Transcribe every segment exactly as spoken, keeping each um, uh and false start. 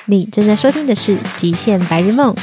你正在收听的是《极限白日梦》，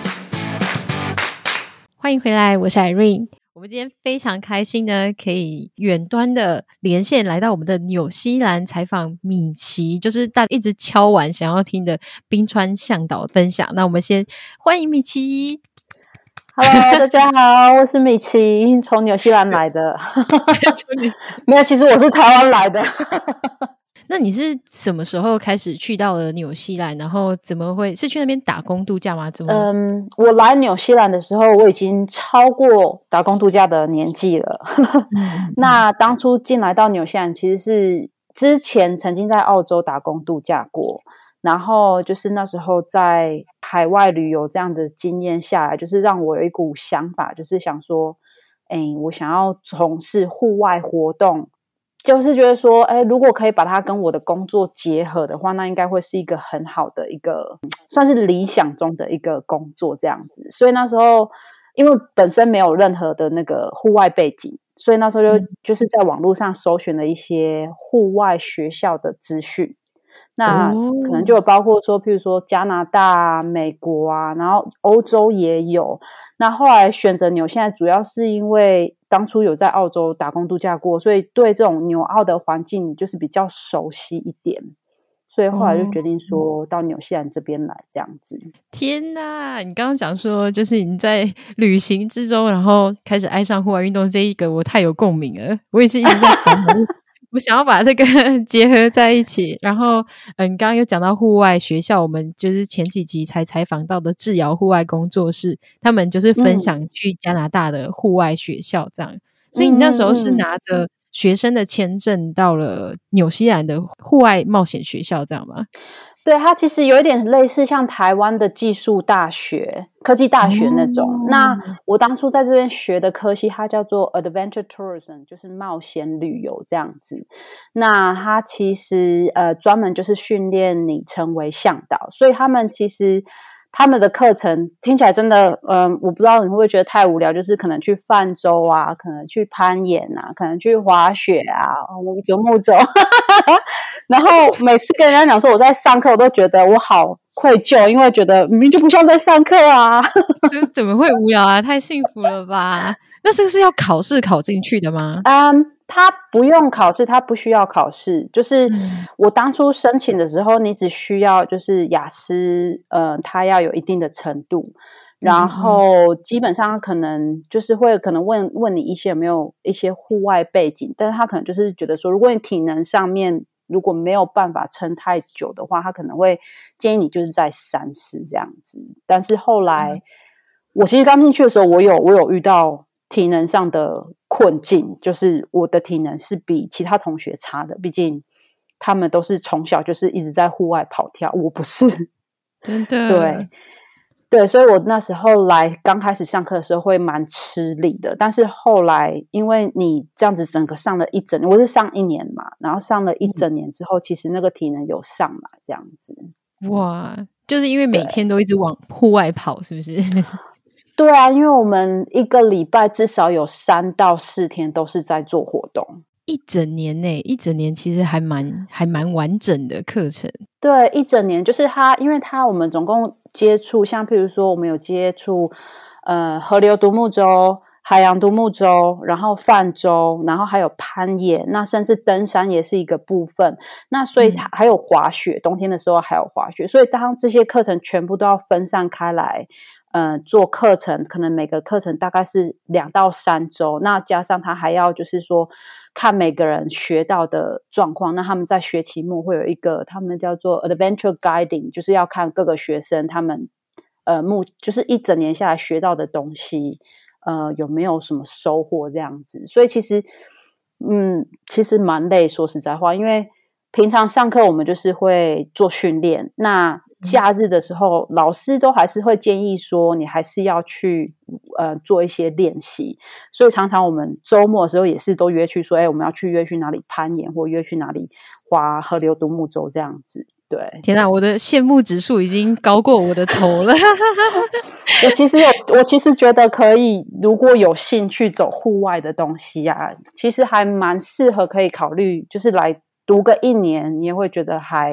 欢迎回来，我是 Irene。我们今天非常开心呢，可以远端的连线来到我们的纽西兰采访米奇，就是大家一直敲完想要听的冰川向导分享。那我们先欢迎米奇。 Hello， 大家好，我是米奇，从纽西兰来的。没有，其实我是台湾来的。 那你是什么时候开始去到了纽西兰？然后怎么会是去那边打工度假吗？怎么？ 嗯，我来纽西兰的时候，我已经超过打工度假的年纪了。嗯、那当初进来到纽西兰，其实是之前曾经在澳洲打工度假过，然后就是那时候在海外旅游这样的经验下来，就是让我有一股想法，就是想说，哎，我想要从事户外活动。就是觉得说，哎，如果可以把它跟我的工作结合的话，那应该会是一个很好的一个，算是理想中的一个工作这样子。所以那时候，因为本身没有任何的那个户外背景，所以那时候就、嗯、就是在网络上搜寻了一些户外学校的资讯。那可能就有包括说，譬如说加拿大啊、美国啊，然后欧洲也有。那后来选择纽西兰，主要是因为当初有在澳洲打工度假过，所以对这种纽澳的环境就是比较熟悉一点。所以后来就决定说到纽西兰这边来这样子。 天哪！你刚刚讲说，就是你在旅行之中，然后开始爱上户外运动，这一个我太有共鸣了。我也是一直在烦恼。我想要把这个结合在一起，然后嗯，刚刚有讲到户外学校，我们就是前几集才采访到的智瑶户外工作室，他们就是分享去加拿大的户外学校这样、嗯、所以你那时候是拿着学生的签证到了纽西兰的户外冒险学校这样吗？ 对，它其实有一点类似像台湾的技术大学、科技大学那种、哦、那我当初在这边学的科系它叫做 Adventure Tourism， 就是冒险旅游这样子。那它其实呃专门就是训练你成为向导，所以他们其实他们的课程听起来真的嗯、呃，我不知道你会不会觉得太无聊，就是可能去泛舟啊，可能去攀岩啊，可能去滑雪啊，游木舟然后每次跟人家讲说我在上课，我都觉得我好愧疚，因为觉得明明就不像在上课啊这怎么会无聊啊，太幸福了吧。那这个是要考试考进去的吗？ 嗯，他不用考试，他不需要考试，就是我当初申请的时候，你只需要就是雅思呃，他要有一定的程度，然后基本上可能就是会可能问问你一些有没有一些户外背景，但是他可能就是觉得说，如果你体能上面如果没有办法撑太久的话，他可能会建议你就是在三思这样子。但是后来、嗯、我其实刚进去的时候，我有我有遇到体能上的困境，就是我的体能是比其他同学差的，毕竟他们都是从小就是一直在户外跑跳，我不是。 真的。 对对，所以我那时候来刚开始上课的时候会蛮吃力的，但是后来因为你这样子整个上了一整年，我是上一年嘛，然后上了一整年之后、嗯、其实那个体能有上来这样子。 哇，就是因为每天都一直往户外跑是不是？ 对啊，因为我们一个礼拜至少有三到四天都是在做活动， 一整年呢，一整年其实还蛮还蛮完整的课程。 对，一整年就是它，因为它我们总共接触，像譬如说我们有接触呃河流独木舟、海洋独木舟，然后泛舟，然后还有攀岩，那甚至登山也是一个部分。那所以还有滑雪、嗯、冬天的时候还有滑雪，所以当这些课程全部都要分散开来呃，做课程，可能每个课程大概是两到三周，那加上他还要就是说看每个人学到的状况，那他们在学期末会有一个他们叫做 Adventure Guiding， 就是要看各个学生他们呃目就是一整年下来学到的东西呃有没有什么收获这样子。所以其实嗯其实蛮累，说实在话，因为平常上课我们就是会做训练，那假日的时候、嗯、老师都还是会建议说你还是要去呃做一些练习，所以常常我们周末的时候也是都约去说，哎，我们要去约去哪里攀岩，或约去哪里滑河流独木舟这样子。对， 天哪，我的羡慕指数已经高过我的头了我其实有我其实觉得可以，如果有兴趣走户外的东西啊，其实还蛮适合可以考虑，就是来读个一年，你也会觉得还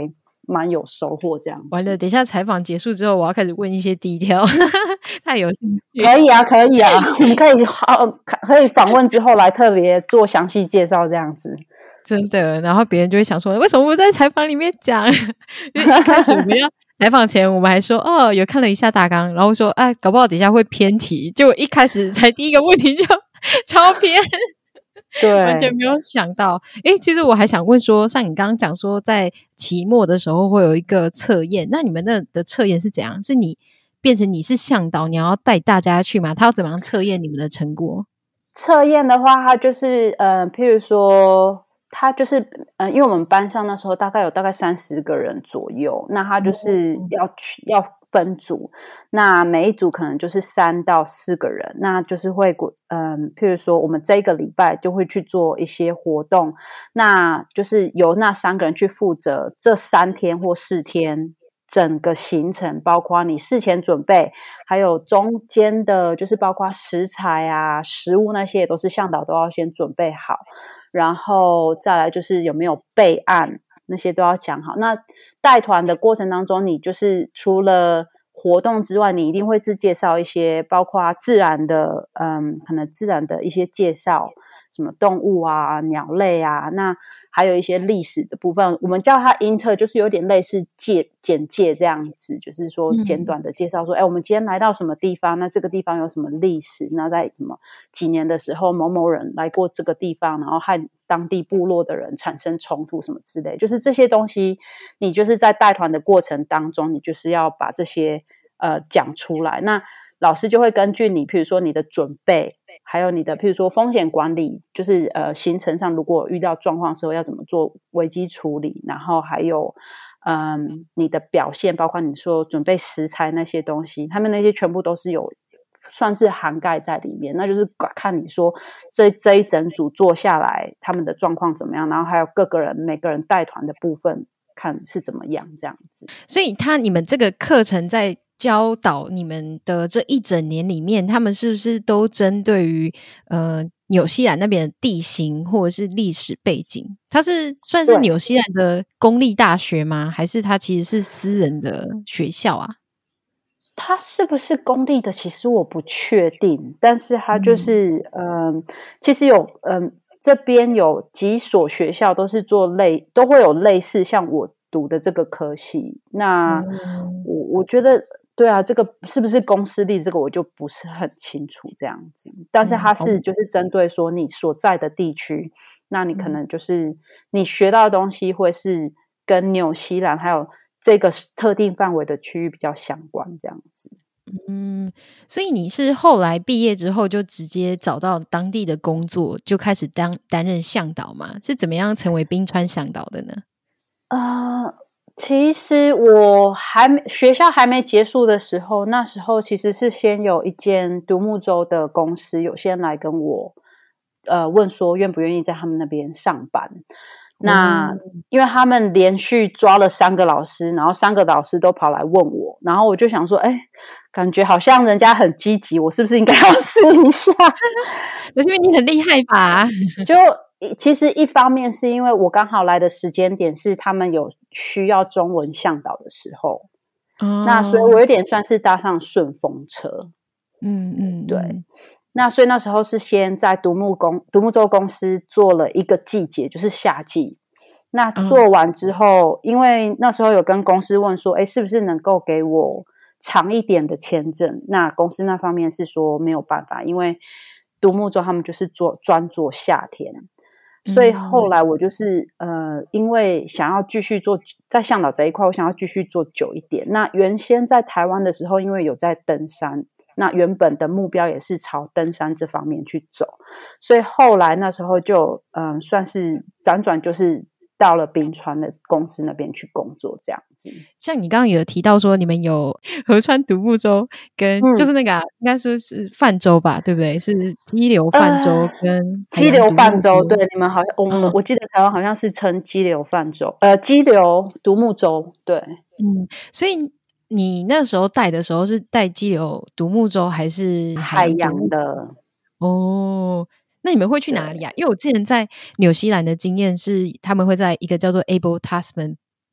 蛮有收获这样子。 完了，等一下采访结束之后，我要开始问一些detail 太有兴趣。 可以啊，可以啊，我们可以好可以访问之后来特别做详细介绍这样子。 真的，然后别人就会想说，为什么不在采访里面讲？因为一开始我们要采访前，我们还说哦，有看了一下大纲，然后说哎，搞不好等一下会偏题，结果一开始才第一个问题就超偏。 对， 完全没有想到。诶，其实我还想问说，像你刚刚讲说在期末的时候会有一个测验，那你们那的测验是怎样？是你变成你是向导，你要带大家去吗？他要怎么样测验你们的成果？ 测验的话，它就是呃，譬如说，他就是呃，因为我们班上那时候大概有大概三十个人左右，那他就是要去要分组，那每一组可能就是三到四个人，那就是会嗯、呃，譬如说我们这一个礼拜就会去做一些活动，那就是由那三个人去负责这三天或四天整个行程，包括你事前准备，还有中间的就是包括食材啊、食物那些也都是向导都要先准备好，然后再来就是有没有备案，那些都要讲好。那带团的过程当中，你就是除了活动之外，你一定会自介绍一些包括自然的嗯，可能自然的一些介绍，什么动物啊、鸟类啊，那还有一些历史的部分，我们叫它 inter， 就是有点类似介简介这样子，就是说简短的介绍说，哎、嗯，我们今天来到什么地方，那这个地方有什么历史，那在什么几年的时候某某人来过这个地方，然后和当地部落的人产生冲突什么之类，就是这些东西你就是在带团的过程当中，你就是要把这些呃讲出来，那老师就会根据你譬如说你的准备，还有你的譬如说风险管理，就是呃行程上如果遇到状况的时候要怎么做危机处理，然后还有嗯你的表现，包括你说准备食材那些东西，他们那些全部都是有算是涵盖在里面，那就是看你说这这一整组做下来他们的状况怎么样，然后还有各个人每个人带团的部分看是怎么样这样子。 所以他你们这个课程在教导你们的这一整年里面，他们是不是都针对于呃纽西兰那边的地形或者是历史背景？它是算是纽西兰的公立大学吗？还是它其实是私人的学校啊？ 它是不是公立的其实我不确定，但是它就是嗯、呃，其实有嗯、呃，这边有几所学校都是做类都会有类似像我读的这个科系，那、嗯、我我觉得对啊，这个是不是公私立这个我就不是很清楚这样子，但是它是就是针对说你所在的地区，那你可能就是你学到的东西会是跟纽西兰还有这个特定范围的区域比较相关这样子。 嗯，所以你是后来毕业之后就直接找到当地的工作，就开始当担任向导吗？是怎么样成为冰川向导的呢？ 呃，其实我还没学校还没结束的时候，那时候其实是先有一间独木舟的公司有先来跟我呃问说愿不愿意在他们那边上班。那因为他们连续抓了三个老师，然后三个老师都跑来问我，然后我就想说，哎，感觉好像人家很积极，我是不是应该要试一下？ 就是因为你很厉害吧？ 就其实一方面是因为我刚好来的时间点是他们有需要中文向导的时候，哦、那所以我有点算是搭上顺风车。嗯嗯，对。嗯那所以那时候是先在独木公独木舟公司做了一个季节，就是夏季。那做完之后，嗯、因为那时候有跟公司问说，哎，是不是能够给我长一点的签证？那公司那方面是说没有办法，因为独木舟他们就是做专做夏天。所以后来我就是呃，因为想要继续做在向导这一块，我想要继续做久一点。那原先在台湾的时候，因为有在登山。那原本的目标也是朝登山这方面去走，所以后来那时候就嗯，算是辗转就是到了冰川的公司那边去工作这样子。 像你刚刚有提到说你们有河川独木舟跟、嗯、就是那个、啊、应该说是泛舟吧，对不对？是激流泛舟跟激流泛舟，对，你们好像我们、嗯、我记得台湾好像是称激流泛舟，呃，激流独木舟，对， 嗯，所以。你那时候带的时候是带激流独木舟还是海洋的？ 哦，那你们会去哪里啊？因为我之前在纽西兰的经验是他们会在一个叫做 Abel Tasman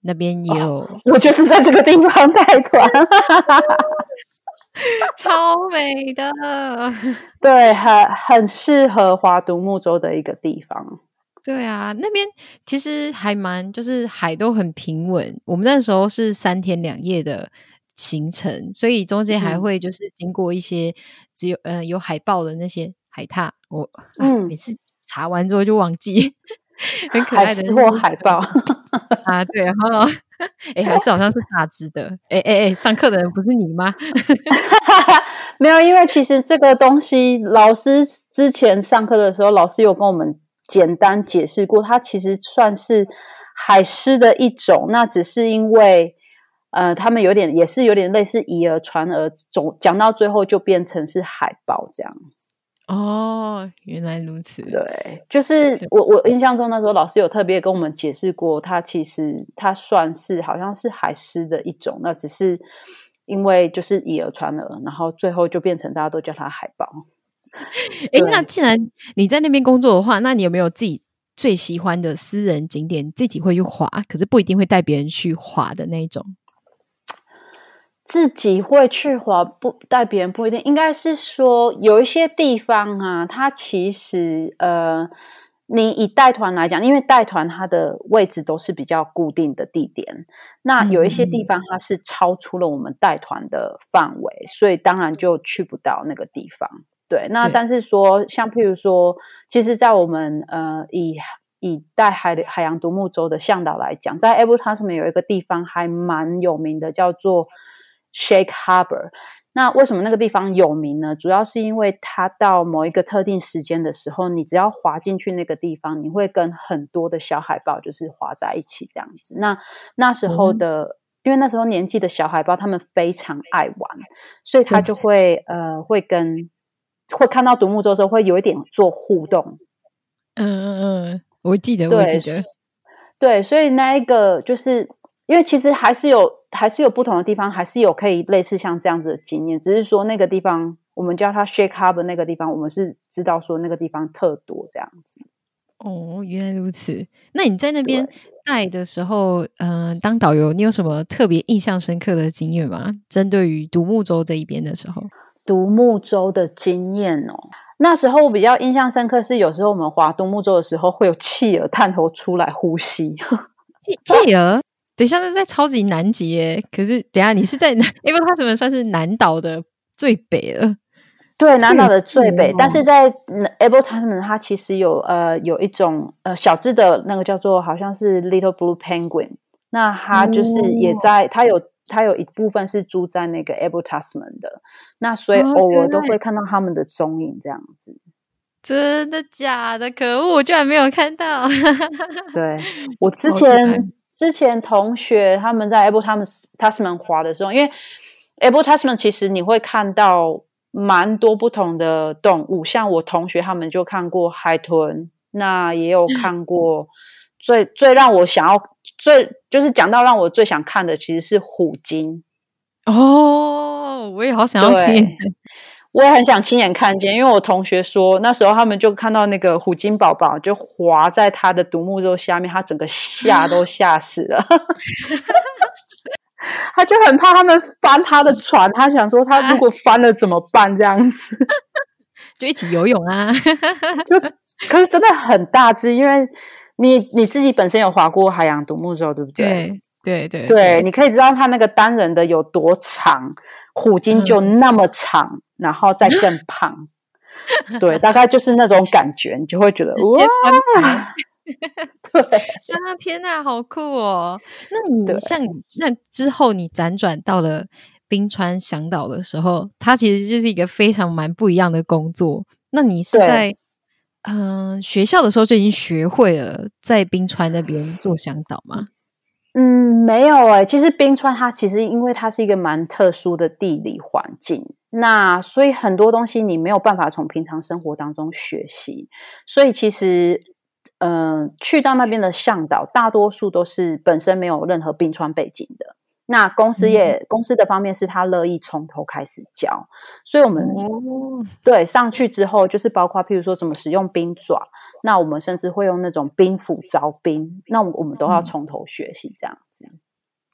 那边也有、 哦、我就是在这个地方带团超美的对，很很适合划独木舟的一个地方。 对啊，那边其实还蛮就是海都很平稳，我们那时候是三天两夜的行程，所以中间还会就是经过一些只有、嗯、呃有海豹的那些海獭，我、嗯、每次查完之后就忘记很可爱的海狮或海豹啊，对，然后哎，还是好像是大只的，哎哎哎，上课的人不是你吗？ 没有，因为其实这个东西老师之前上课的时候，老师有跟我们简单解释过，它其实算是海狮的一种，那只是因为呃，他们有点也是有点类似以讹传讹，总讲到最后就变成是海豹这样。 哦，原来如此。 对，就是我我印象中那时候老师有特别跟我们解释过，它其实它算是好像是海狮的一种，那只是因为就是以讹传讹，然后最后就变成大家都叫它海豹。 哎，那既然你在那边工作的话，那你有没有自己最喜欢的私人景点自己会去滑，可是不一定会带别人去滑的那一种？ 自己会去滑，不带别人不一定，应该是说有一些地方啊，它其实呃，你以带团来讲，因为带团它的位置都是比较固定的地点，那有一些地方它是超出了我们带团的范围，所以当然就去不到那个地方。对，那但是说像譬如说，其实在我们呃以以带海海洋独木舟的向导来讲，在 Abel Tasman 有一个地方还蛮有名的，叫做Shake Harbor。 那为什么那个地方有名呢？主要是因为它到某一个特定时间的时候，你只要滑进去那个地方，你会跟很多的小海豹就是滑在一起这样子。那那时候的、嗯、因为那时候年纪的小海豹他们非常爱玩，所以他就会呃会跟会看到独木舟的时候会有一点做互动。 嗯嗯嗯，我记得我记得。 对，所以那一个就是因为其实还是有还是有不同的地方，还是有可以类似像这样子的经验，只是说那个地方我们叫它 Shake Harbor 那个地方，我们是知道说那个地方特多这样子。 哦，原来如此。那你在那边带的时候嗯、呃，当导游你有什么特别印象深刻的经验吗？针对于独木舟这一边的时候。 独木舟的经验哦，那时候我比较印象深刻是有时候我们划独木舟的时候会有企鹅探头出来呼吸。 企鹅等一下是在超级南极耶，可是等一下你是在南，因为它怎么算是南岛的最北了？ 对，南岛的最北，但是在 Abel Tasman 它其实有呃有一种呃小只的那个叫做好像是 Little Blue Penguin， 那它就是也在、哦、它有它有一部分是住在那个 Abel Tasman 的，那所以偶尔都会看到他们的踪影这样子。 真的假的？可恶，我居然没有看到。 对，我之前之前同学他们在 Abel Tasman 滑的时候，因为 Abel Tasman 其实你会看到蛮多不同的动物，像我同学他们就看过海豚，那也有看过最最让我想要最就是讲到让我最想看的其实是虎鲸。 哦，我也好想要亲眼看， 我也很想亲眼看见，因为我同学说那时候他们就看到那个虎鲸宝宝就滑在他的独木舟下面，他整个吓都吓死了。他就很怕他们翻他的船，他想说他如果翻了怎么办这样子。 就一起游泳啊。 就可是真的很大只，因为你你自己本身有划过海洋独木舟对不对？ 对对 对, 对, 对， 你可以知道他那个单人的有多长，虎鲸就那么长、嗯、然后再更胖。对，大概就是那种感觉，你就会觉得哇。对啊，天哪，好酷哦！那你像那之后你辗转到了冰川向导的时候，它其实就是一个非常蛮不一样的工作。那你是在嗯、呃、学校的时候就已经学会了在冰川那边做向导吗？ 嗯，没有欸，其实冰川它其实因为它是一个蛮特殊的地理环境，那所以很多东西你没有办法从平常生活当中学习，所以其实嗯、呃，去到那边的向导大多数都是本身没有任何冰川背景的，那公司也、嗯、公司的方面是他乐意从头开始教，所以我们、哦、对上去之后就是包括譬如说怎么使用冰爪，那我们甚至会用那种冰斧凿冰，那我们都要从头学习这样子。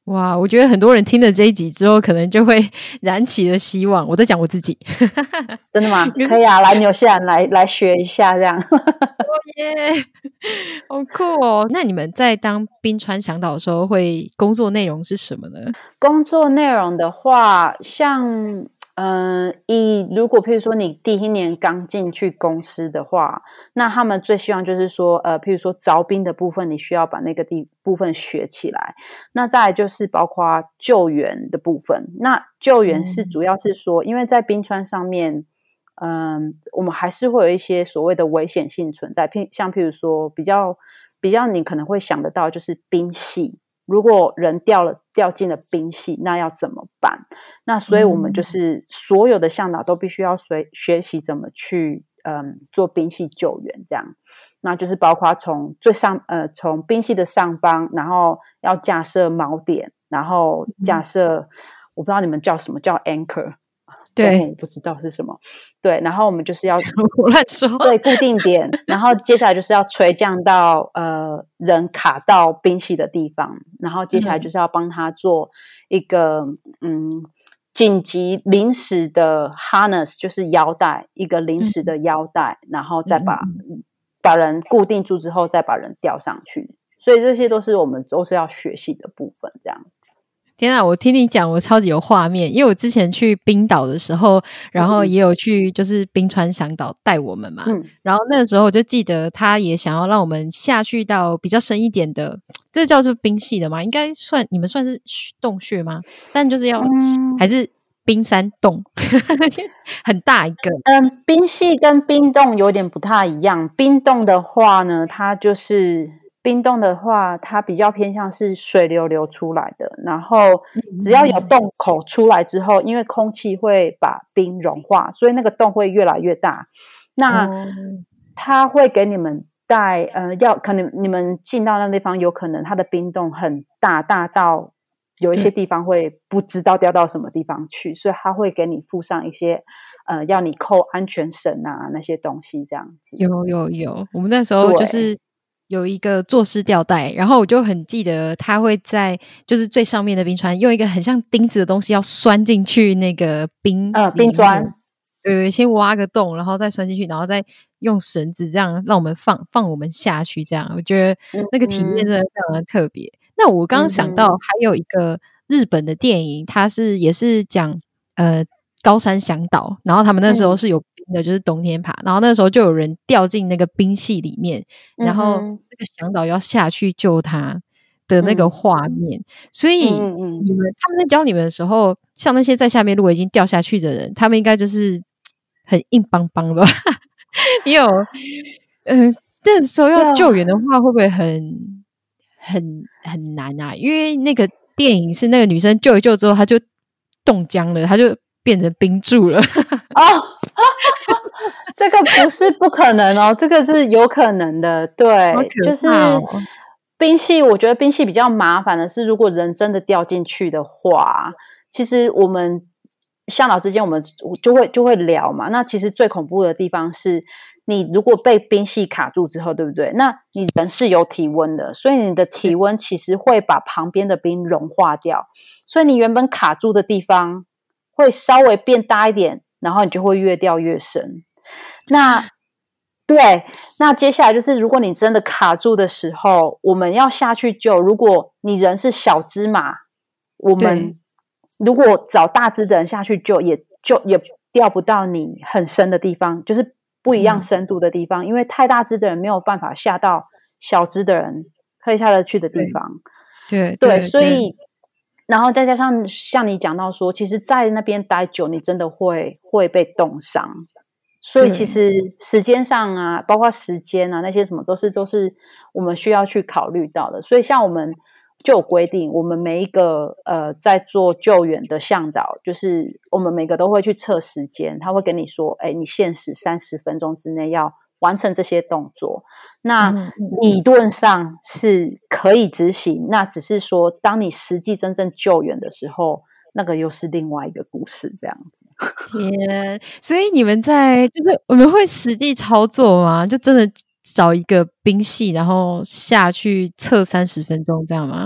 哇，我觉得很多人听了这一集之后，可能就会燃起了希望。我在讲我自己， 真的吗？可以啊，来纽西兰来来学一下这样。 哦耶，好酷哦！那你们在当冰川向导的时候，会工作内容是什么呢？ 工作内容的话，像嗯、呃，以如果譬如说你第一年刚进去公司的话，那他们最希望就是说，呃，譬如说凿冰的部分，你需要把那个地部分学起来。那再来就是包括救援的部分。那救援是主要是说，因为在冰川上面，嗯，我们还是会有一些所谓的危险性存在，譬像譬如说比较比较你可能会想得到就是冰系。如果人掉了掉进了冰系，那要怎么办？那所以我们就是所有的向导都必须要学学习怎么去嗯做冰系救援，这样。那就是包括从最上呃从冰系的上方，然后要架设锚点，然后架设、嗯、我不知道你们叫什么叫 anchor。对，我不知道是什么。对，然后我们就是要我乱说， 对，固定点，然后接下来就是要垂降到呃人卡到冰系的地方，然后接下来就是要帮他做一个嗯紧急临时的 harness， 就是腰带，一个临时的腰带，嗯、然后再把、嗯、把人固定住之后，再把人吊上去。所以这些都是我们都是要学习的部分，这样。 天啊，我听你讲我超级有画面，因为我之前去冰岛的时候，然后也有去就是冰川向导带我们嘛、嗯、然后那个时候我就记得他也想要让我们下去到比较深一点的，这叫做冰系的吗？应该算，你们算是洞穴吗？但就是要、嗯、还是冰山洞很大一个。 嗯，冰系跟冰洞有点不太一样，冰洞的话呢，它就是冰洞的话，它比较偏向是水流流出来的，然后只要有洞口出来之后，因为空气会把冰融化，所以那个洞会越来越大。那它会给你们带，呃，要可能你们进到那地方，有可能它的冰洞很大，大到有一些地方会不知道掉到什么地方去，所以它会给你附上一些，呃，要你扣安全绳啊那些东西这样子。 有有有，我们那时候就是有一个坐式吊带，然后我就很记得他会在就是最上面的冰川用一个很像钉子的东西要钻进去那个冰呃冰砖， 对，先挖个洞然后再钻进去，然后再用绳子这样让我们放放我们下去，这样我觉得那个体验真的非常的特别、嗯、那我刚刚想到还有一个日本的电影，它是也是讲呃高山向导，然后他们那时候是有冰的、嗯、就是冬天爬，然后那时候就有人掉进那个冰系里面，然后那个向导要下去救他的那个画面、嗯、所以你们、嗯嗯、他们在教你们的时候，像那些在下面如果已经掉下去的人，他们应该就是很硬邦邦的你有嗯、呃，这时候要救援的话会不会很很很难啊？因为那个电影是那个女生救一救之后她就冻僵了，她就变成冰柱了哦这个不是不可能哦，这个是有可能的。对、哦、就是冰系，我觉得冰系比较麻烦的是，如果人真的掉进去的话，其实我们向导之间我们就会就会聊嘛。那其实最恐怖的地方是，你如果被冰系卡住之后，对不对？那你人是有体温的，所以你的体温其实会把旁边的冰融化掉，所以你原本卡住的地方会稍微变大一点，然后你就会越掉越深。那对，那接下来就是如果你真的卡住的时候，我们要下去救。如果你人是小只嘛，我们如果找大只的人下去救，也就也掉不到你很深的地方，就是不一样深度的地方、嗯、因为太大只的人没有办法下到小只的人可以下得去的地方。 对对, 对, 对，所以然后再加上像你讲到说，其实在那边待久，你真的会会被冻伤。所以其实时间上啊，包括时间啊，那些什么都是都是我们需要去考虑到的。所以像我们就有规定，我们每一个呃在做救援的向导，就是我们每个都会去测时间，他会跟你说，哎，你限时三十分钟之内要完成这些动作。那理论上是可以执行，那只是说当你实际真正救援的时候，那个又是另外一个故事，这样子。 天，所以你们在就是我们会实际操作吗？就真的找一个冰系，然后下去测三十分钟这样吗？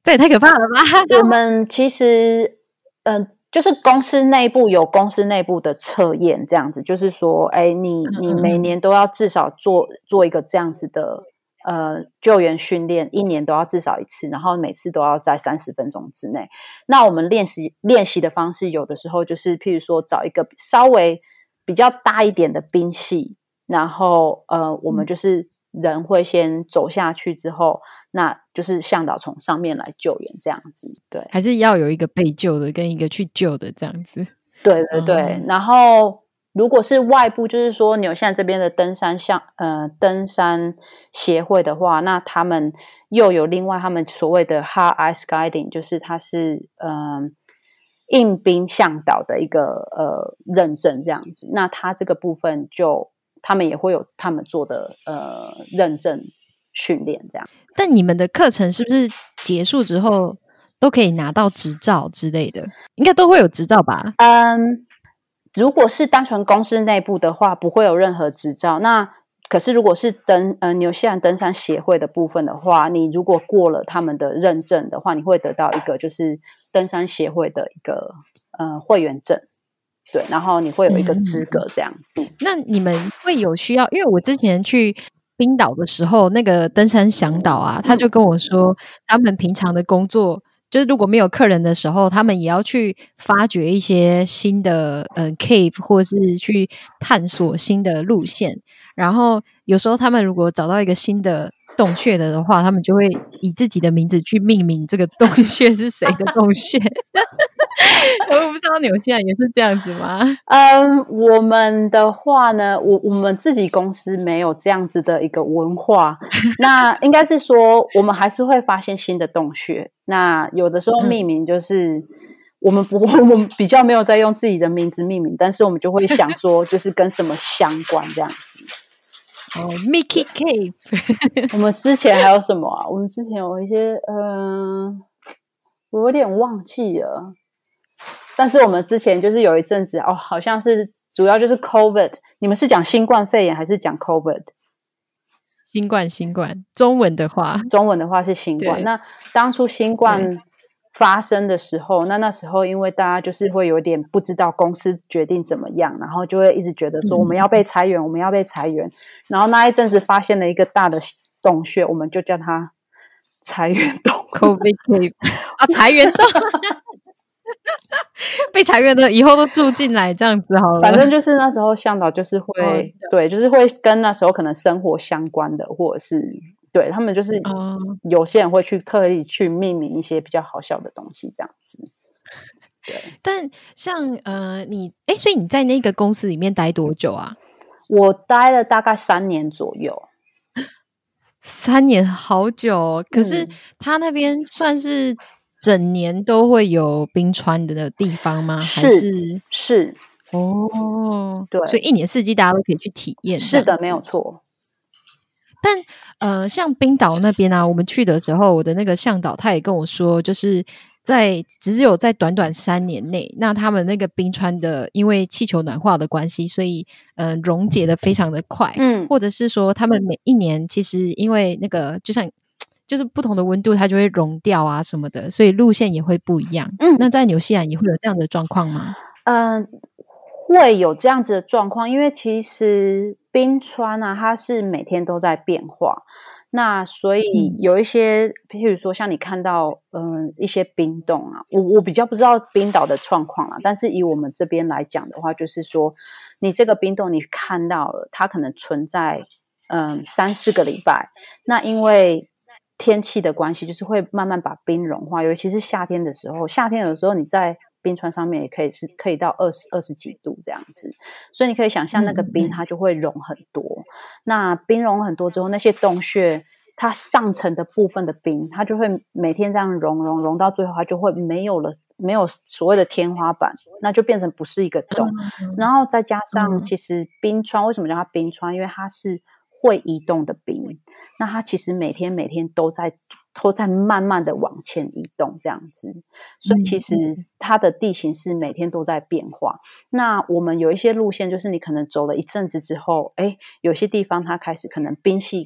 这也太可怕了吧。 我们其实嗯、呃就是公司内部有公司内部的测验，这样子，就是说，哎，你你每年都要至少做做一个这样子的呃救援训练，一年都要至少一次，然后每次都要在三十分钟之内。那我们练习练习的方式，有的时候就是譬如说找一个稍微比较大一点的兵系，然后呃，我们就是人会先走下去之后，那就是向导从上面来救援这样子。对， 还是要有一个被救的跟一个去救的这样子。 对对对、嗯、然后如果是外部，就是说纽西兰这边的登山向呃登山协会的话，那他们又有另外他们所谓的 Hard Ice Guiding， 就是它是嗯、呃、硬冰向导的一个呃认证这样子。那它这个部分就他们也会有他们做的呃认证训练这样。 但你们的课程是不是结束之后都可以拿到执照之类的？应该都会有执照吧？ 嗯，如果是单纯公司内部的话，不会有任何执照。那可是如果是登呃纽西兰登山协会的部分的话，你如果过了他们的认证的话，你会得到一个就是登山协会的一个呃会员证。对，然后你会有一个资格这样子、嗯、 那你们会有需要，因为我之前去冰岛的时候，那个登山向导啊，他就跟我说他们平常的工作就是如果没有客人的时候，他们也要去发掘一些新的呃 cave 或是去探索新的路线，然后有时候他们如果找到一个新的洞穴的话，他们就会以自己的名字去命名这个洞穴是谁的洞穴。我不知道纽西兰也是这样子吗？ 嗯，我们的话呢，我我们自己公司没有这样子的一个文化。那应该是说，我们还是会发现新的洞穴。那有的时候命名就是、嗯、我们不，我们比较没有在用自己的名字命名，但是我们就会想说，就是跟什么相关这样子。 哦 ，Mickey Cave。 我们之前还有什么啊？我们之前有一些，嗯、呃，我有点忘记了。但是我们之前就是有一阵子哦，好像是主要就是 COVID。你们是讲新冠肺炎还是讲 COVID？ 新冠，新冠。中文的话， 中文的话是新冠。那当初新冠发生的时候，那那时候因为大家就是会有点不知道公司决定怎么样，然后就会一直觉得说我们要被裁员，嗯、我们要被裁员。然后那一阵子发现了一个大的洞穴，我们就叫它裁员洞 COVID Cave 啊，裁员洞。被裁员的以后都住进来这样子好了。 反正就是那时候向导就是会、哦、对，就是会跟那时候可能生活相关的，或者是对他们就是、哦、有些人会去特意去命名一些比较好笑的东西这样子。对， 但像呃你哎，所以你在那个公司里面待多久啊？ 我待了大概三年左右。 三年好久哦，可是他那边算是整年都会有冰川的地方吗？ 是还是是哦， 对， 所以一年四季大家都可以去体验。 是的，没有错。 但呃，像冰岛那边啊，我们去的时候，我的那个向导他也跟我说，就是在只有在短短三年内，那他们那个冰川的，因为气球暖化的关系，所以呃溶解的非常的快，嗯，或者是说他们每一年其实因为那个就像。就是不同的温度它就会融掉啊什么的，所以路线也会不一样。嗯，那在纽西兰也会有这样的状况吗？ 嗯、呃，会有这样子的状况，因为其实冰川啊，它是每天都在变化。那所以有一些，譬如说像你看到嗯、呃、一些冰洞啊，我我比较不知道冰岛的状况啦，但是以我们这边来讲的话，就是说你这个冰洞你看到了，它可能存在嗯三四个礼拜，那因为天气的关系，就是会慢慢把冰融化，尤其是夏天的时候，夏天有的时候你在冰川上面也可以是可以到二十二十几度这样子，所以你可以想象那个冰它就会融很多。嗯、那冰融很多之后，那些洞穴它上层的部分的冰，它就会每天这样融融融到最后，它就会没有了，没有所谓的天花板，那就变成不是一个洞。嗯、然后再加上，其实冰川为什么叫它冰川？因为它是会移动的冰，那它其实每天每天都在都在慢慢的往前移动这样子，所以其实它的地形是每天都在变化。那我们有一些路线就是你可能走了一阵子之后，诶，有些地方它开始可能冰系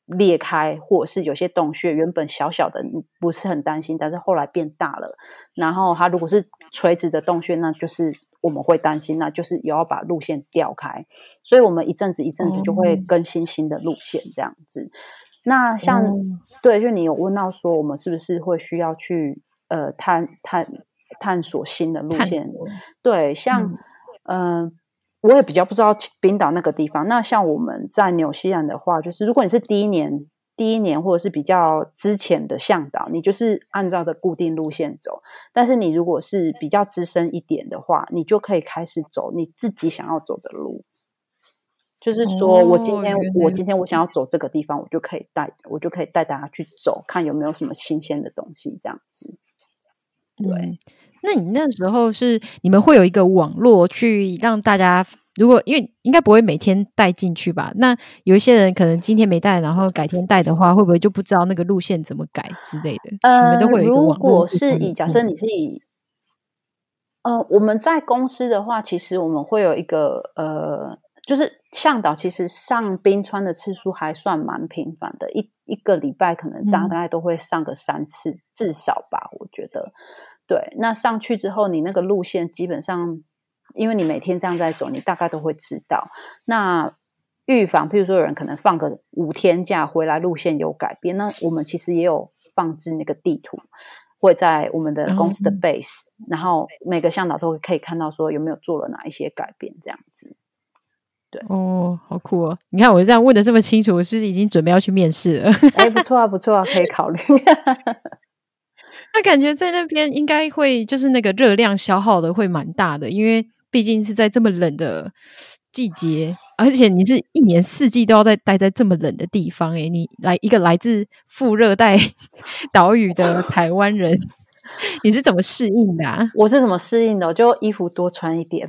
裂开，或者是有些洞穴原本小小的不是很担心，但是后来变大了，然后它如果是垂直的洞穴，那就是我们会担心，那就是有要把路线调开，所以我们一阵子一阵子就会更新新的路线这样子。那像、哦、对，就你有问到说我们是不是会需要去呃探探探索新的路线，对，像嗯、呃我也比较不知道冰岛那个地方。那像我们在纽西兰的话，就是如果你是第一年第一年或者是比较之前的向导，你就是按照的固定路线走，但是你如果是比较资深一点的话，你就可以开始走你自己想要走的路，就是说我今天、哦、我今天我想要走这个地方，我就可以带我就可以带大家去走，看有没有什么新鲜的东西这样子。对、嗯， 那你那时候是你们会有一个网络去让大家，如果因为应该不会每天带进去吧，那有一些人可能今天没带，然后改天带的话，会不会就不知道那个路线怎么改之类的？呃，你们都会有一个网络。 如果是以假设你是以呃我们在公司的话，其实我们会有一个呃就是向导其实上冰川的次数还算蛮频繁的，一一个礼拜可能大概都会上个三次、嗯、至少吧，我觉得。对，那上去之后你那个路线基本上因为你每天这样在走，你大概都会知道。那预防譬如说有人可能放个五天假回来路线有改变，那我们其实也有放置那个地图会在我们的公司的 base、嗯、然后每个向导都可以看到说有没有做了哪一些改变这样子。对哦，好酷哦！你看我这样问的这么清楚，我是已经准备要去面试了。 哎，不错啊不错啊，可以考虑。 那感觉在那边应该会就是那个热量消耗的会蛮大的，因为毕竟是在这么冷的季节，而且你是一年四季都要在待在这么冷的地方。诶，你来一个来自副热带岛屿的台湾人，你是怎么适应的啊？ 我是怎么适应的？我就衣服多穿一点。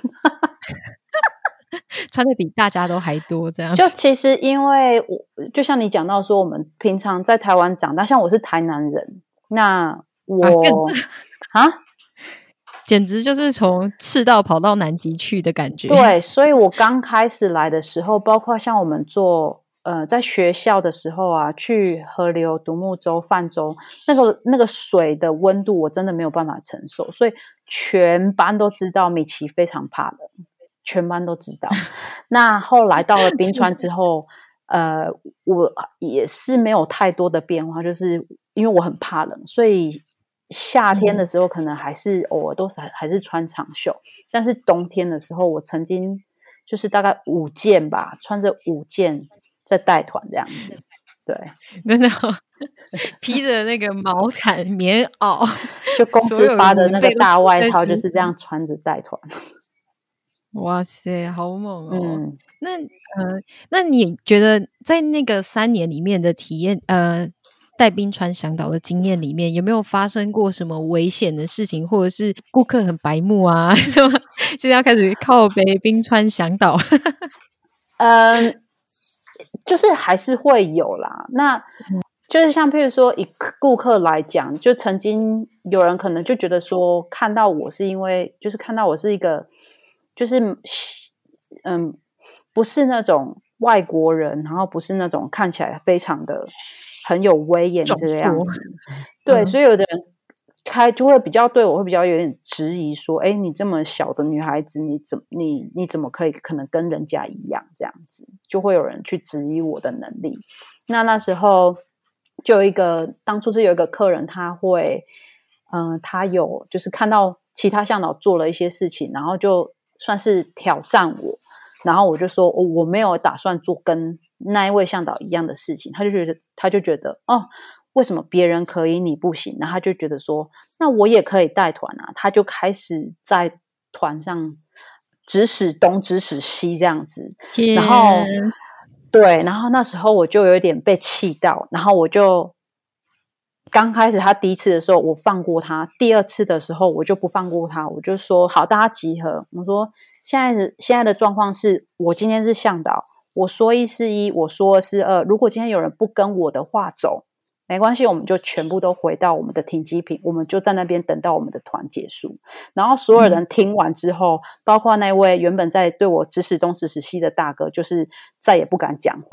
穿的比大家都还多这样子。 就其实因为我就像你讲到说我们平常在台湾长大，像我是台南人，那我 啊, 啊简直就是从赤道跑到南极去的感觉。 对，所以我刚开始来的时候，包括像我们做呃在学校的时候啊，去河流、独木舟、泛舟，那个那个水的温度我真的没有办法承受，所以全班都知道米奇非常怕的，全班都知道。那后来到了冰川之后呃，我也是没有太多的变化，就是因为我很怕冷，所以夏天的时候可能还是偶尔都是 还, 还是穿长袖，但是冬天的时候我曾经就是大概五件吧，穿着五件在带团这样子。对， 真的、哦、披着那个毛毯棉袄， 就公司发的那个大外套就是这样穿着带团。 哇塞，好猛哦！嗯，那呃，那你觉得在那个三年里面的体验，呃，带冰川向导的经验里面，有没有发生过什么危险的事情，或者是顾客很白目啊？是吗？现在要开始靠北冰川向导？ 嗯，就是还是会有啦。那就是像譬如说以顾客来讲，就曾经有人可能就觉得说，看到我是因为就是看到我是一个。就是嗯，不是那种外国人，然后不是那种看起来非常的很有威严这个样子。对、嗯，所以有的人开就会比较对我会比较有点质疑说，哎，你这么小的女孩子，你怎你你怎么可以可能跟人家一样这样子？就会有人去质疑我的能力。那那时候就有一个当初是有一个客人，他会嗯、呃，他有就是看到其他向导做了一些事情，然后就算是挑战我，然后我就说、哦、我没有打算做跟那一位向导一样的事情，他就觉得他就觉得哦，为什么别人可以你不行？然后他就觉得说那我也可以带团啊，他就开始在团上指使东指使西这样子，然后对，然后那时候我就有点被气到，然后我就刚开始他第一次的时候我放过他，第二次的时候我就不放过他，我就说好，大家集合。我说现在的现在的状况是我今天是向导，我说一是一，我说二是二，如果今天有人不跟我的话走，没关系，我们就全部都回到我们的停机坪，我们就在那边等到我们的团结束。然后所有人听完之后、嗯、包括那位原本在对我指使东指使西的大哥，就是再也不敢讲话，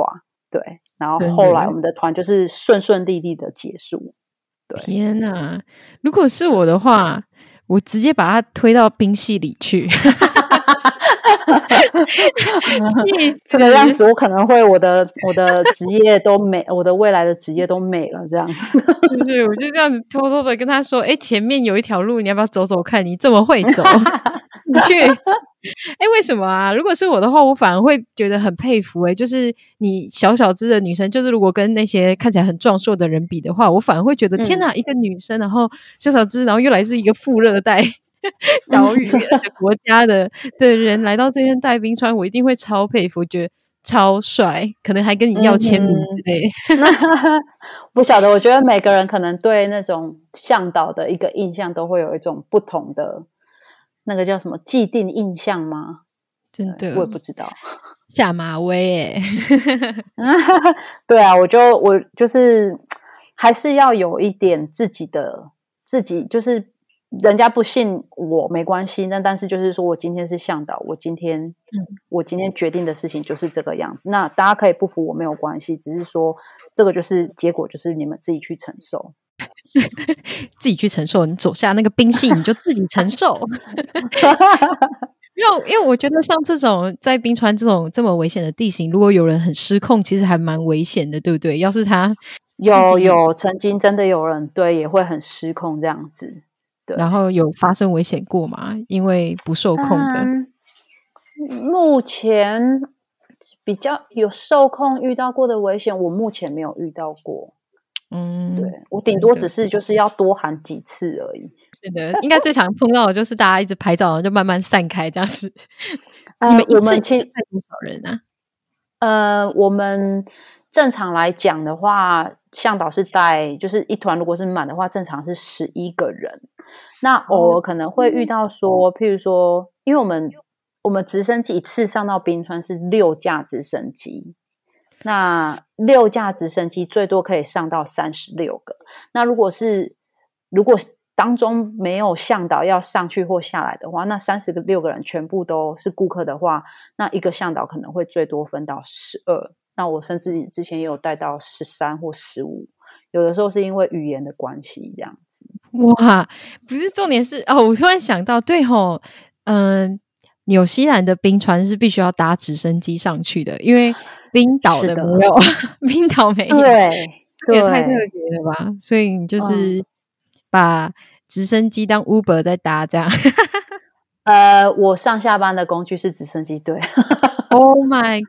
对，然后后来我们的团就是顺顺利利的结束。对， 天哪！如果是我的话，我直接把他推到冰系里去。 这个样子我可能会我的我的职业都没，我的未来的职业都没了这样子。 对，我就这样子偷偷的跟他说，哎，前面有一条路，你要不要走走看？你这么会走，你去。哎，为什么啊？如果是我的话，我反而会觉得很佩服。哎，就是你小小只的女生，就是如果跟那些看起来很壮硕的人比的话，我反而会觉得、嗯、天哪，一个女生，然后小小只，然后又来自一个副热带岛屿的国家的的人来到这边带冰川，我一定会超佩服，觉得超帅，可能还跟你要签名之类。 嗯、不晓得，我觉得每个人可能对那种向导的一个印象都会有一种不同的。那个叫什么既定印象吗？ 真的， 我也不知道。 下马威耶。 对啊，我就我就是还是要有一点自己的自己，就是人家不信我没关系，那但是就是说我今天是向导，我今天、嗯、我今天决定的事情就是这个样子。那大家可以不服我没有关系，只是说这个就是结果，就是你们自己去承受。 自己去承受，你走下那个冰系你就自己承受。因为因为我觉得像这种在冰川这种这么危险的地形，如果有人很失控，其实还蛮危险的，对不对？要是他有有曾经真的有人对也会很失控这样子。对， 然后有发生危险过吗？因为不受控的、 嗯、目前比较有受控遇到过的危险，我目前没有遇到过。嗯，对，我顶多只是就是要多喊几次而已。 对的，应该最常碰到的就是大家一直拍照，然后就慢慢散开这样子。 呃、 你们一次带多少人啊？ 呃，我们正常来讲的话，向导是带，就是一团如果是满的话，正常是十一个人。那偶尔可能会遇到说，哦、譬如说，因为我们我们直升机一次上到冰川是六架直升机。那六架直升机最多可以上到三十六个。那如果是如果当中没有向导要上去或下来的话，那三十六个人全部都是顾客的话，那一个向导可能会最多分到十二。那我甚至之前也有带到十三或十五，有的时候是因为语言的关系这样子。 哇，不是重点是哦，我突然想到，对吼，嗯、呃，纽西兰的冰川是必须要搭直升机上去的，因为冰岛的没有，冰岛没有， 对， 这也太特别了吧！所以你就是把直升机当 Uber 在搭这样。 呃，我上下班的工具是直升机，对。 Oh my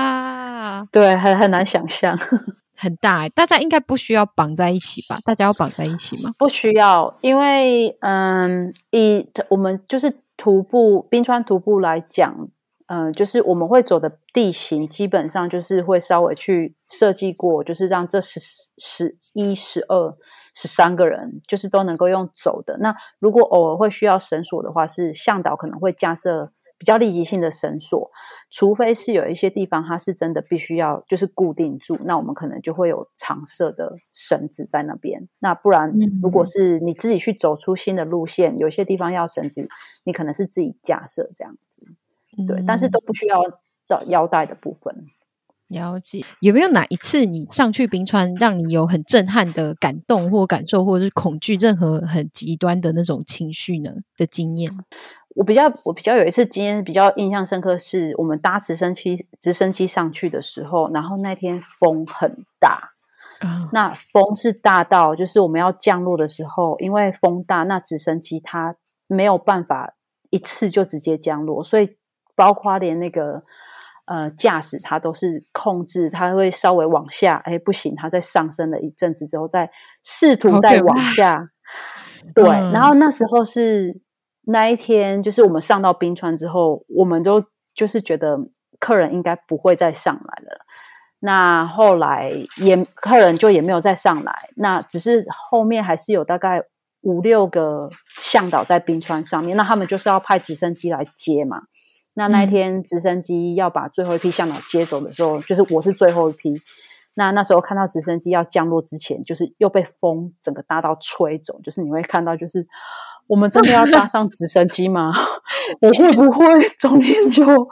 god！ 对，很很难想象， 很大欸。大家应该不需要绑在一起吧？大家要绑在一起吗？ 不需要，因为嗯，以我们就是徒步冰川徒步来讲。嗯，就是我们会走的地形，基本上就是会稍微去设计过，就是让这十、十一、十二、十三个人，就是都能够用走的。那如果偶尔会需要绳索的话，是向导可能会架设比较立即性的绳索，除非是有一些地方它是真的必须要就是固定住，那我们可能就会有常设的绳子在那边。那不然，如果是你自己去走出新的路线，有些地方要绳子，你可能是自己架设这样子。对，但是都不需要腰带的部分。 了解。有没有哪一次你上去冰川让你有很震撼的感动或感受，或者是恐惧，任何很极端的那种情绪呢的经验？ 我比较我比较有一次经验比较印象深刻，是我们搭直升机直升机上去的时候，然后那天风很大。哦、那风是大到就是我们要降落的时候，因为风大，那直升机它没有办法一次就直接降落，所以包括连那个呃驾驶他都是控制，他会稍微往下，哎不行，他再上升了一阵子之后再试图再往下。对、嗯，然后那时候是那一天，就是我们上到冰川之后，我们都就是觉得客人应该不会再上来了。那后来也客人就也没有再上来，那只是后面还是有大概五六个向导在冰川上面，那他们就是要派直升机来接嘛。那那一天直升机要把最后一批向导接走的时候、嗯、就是我是最后一批，那那时候看到直升机要降落之前，就是又被风整个大到吹走，就是你会看到就是我们真的要搭上直升机吗？我会不会中间就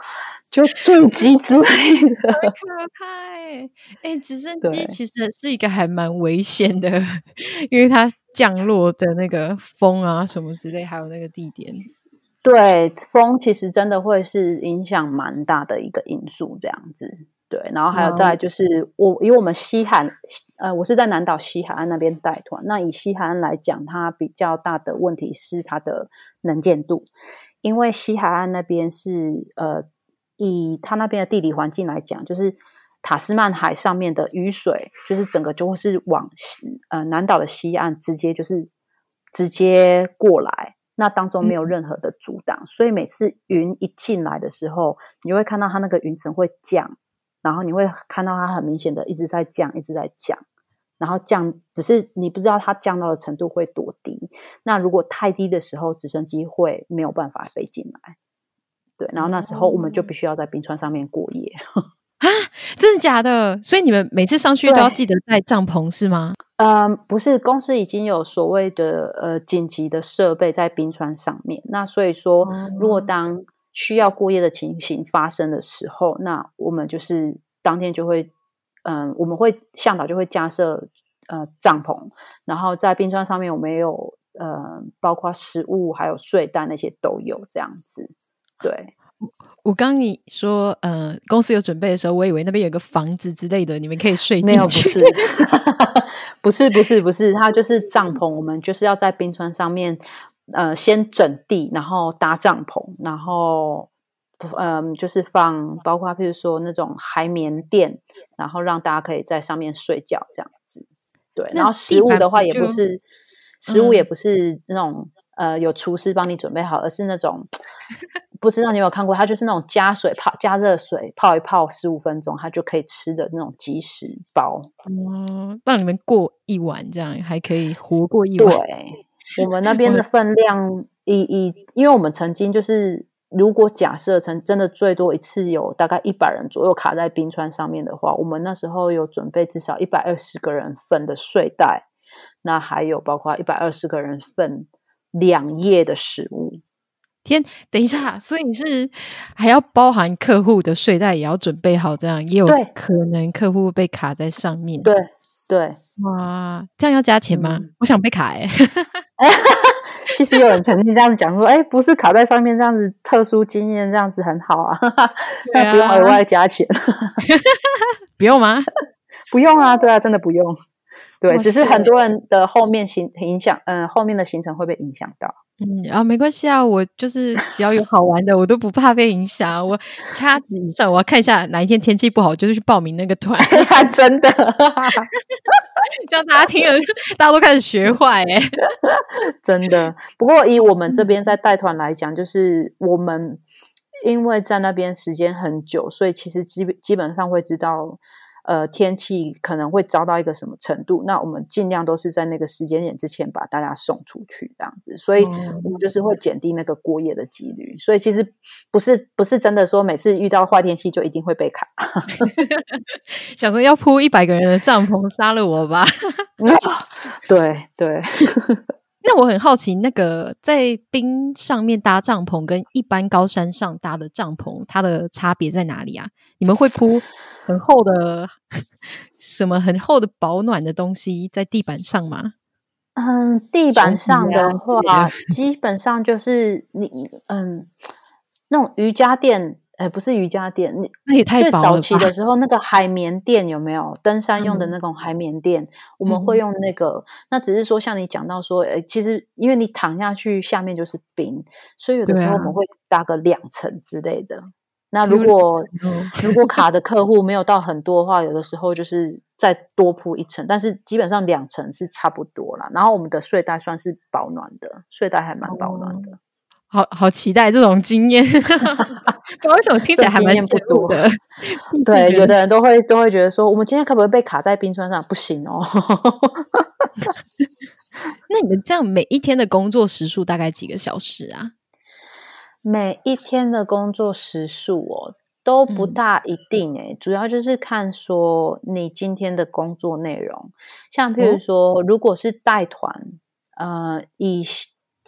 就坠机之类的， 很可怕哎、欸！哎、欸，直升机其实是一个还蛮危险的，因为它降落的那个风啊什么之类，还有那个地点。 对，风其实真的会是影响蛮大的一个因素，这样子。对，然后还有再来就是我，因为我们西海，呃，我是在南岛西海岸那边带团。那以西海岸来讲，它比较大的问题是它的能见度，因为西海岸那边是呃，以它那边的地理环境来讲，就是塔斯曼海上面的雨水，就是整个就会是往呃南岛的西岸直接就是直接过来。那当中没有任何的阻挡、嗯、所以每次云一进来的时候，你会看到它那个云层会降，然后你会看到它很明显的一直在降一直在降，然后降只是你不知道它降到的程度会多低。那如果太低的时候，直升机会没有办法飞进来。对，然后那时候我们就必须要在冰川上面过夜。 啊，真的假的？所以你们每次上去都要记得带帐篷是吗？ 嗯，不是，公司已经有所谓的呃紧急的设备在冰川上面。那所以说，如果当需要过夜的情形发生的时候，那我们就是当天就会，嗯，我们会向导就会架设呃帐篷，然后在冰川上面我们也有呃包括食物还有睡袋那些都有这样子。对。 我刚刚你说呃公司有准备的时候，我以为那边有个房子之类的，你们可以睡进去。 没有，不是不是不是不是，它就是帐篷。我们就是要在冰川上面呃先整地，然后搭帐篷，然后嗯、呃、就是放包括譬如说那种海绵垫，然后让大家可以在上面睡觉这样子。对，然后食物的话也不是食物也不是那种、嗯、呃有厨师帮你准备好，而是那种不知道你有没有看过，它就是那种加水泡加热水泡一泡十五分钟它就可以吃的那种即食包。 哦，让你们过一晚，这样还可以活过一晚。 对，我们那边的分量以以因为我们曾经就是如果假设成真的最多一次有大概一百人左右卡在冰川上面的话，我们那时候有准备至少一百二十个人份的睡袋，那还有包括一百二十个人份两夜的食物。 天，等一下，所以你是还要包含客户的睡袋也要准备好，这样也有可能客户被卡在上面。 对对， 哇，这样要加钱吗？嗯、我想被卡哎、欸。 其实有人曾经这样讲说，哎、欸，不是卡在上面这样子特殊经验这样子很好啊，那、啊、不用额外加钱。 不用吗？ 不用啊，对啊，真的不用。对，只是很多人的后面行影响，嗯、呃，后面的行程会被影响到。 嗯啊，没关系啊，我就是只要有好玩的，我都不怕被影响。我掐指一算，我要看一下哪一天天气不好，就是去报名那个团。 真的， 这样大家听了，大家都开始学坏哎、欸， 真的。不过以我们这边在带团来讲，就是我们因为在那边时间很久，所以其实基基本上会知道。呃，天气可能会糟到一个什么程度，那我们尽量都是在那个时间点之前把大家送出去这样子，所以我们就是会减低那个过夜的几率。所以其实不是不是真的说每次遇到坏天气就一定会被卡。 想说要铺一百个人的帐篷杀了我吧。 对对。 那我很好奇，那个在冰上面搭帐篷跟一般高山上搭的帐篷，它的差别在哪里啊？你们会铺很厚的什么很厚的保暖的东西在地板上吗？ 嗯，地板上的话，基本上就是你嗯那种瑜伽垫。哎，不是瑜伽垫， 那也太薄了吧。 最早期的时候，那个海绵垫有没有？登山用的那种海绵垫，嗯、我们会用那个。那只是说，像你讲到说，哎，其实因为你躺下去下面就是冰，所以有的时候我们会搭个两层之类的。那如果如果卡的客户没有到很多的话，有的时候就是再多铺一层，但是基本上两层是差不多啦。然后我们的睡袋算是保暖的，睡袋还蛮保暖的。哦好好期待这种经验，不知道为什么听起来还蛮羡慕的。 对，有的人都会都会觉得说，我们今天可不可以被卡在冰川上？不行哦。 那你们这样每一天的工作时数大概几个小时啊？ 每一天的工作时数哦，都不大一定诶、欸嗯、主要就是看说你今天的工作内容。像譬如说，哦、如果是带团，呃，以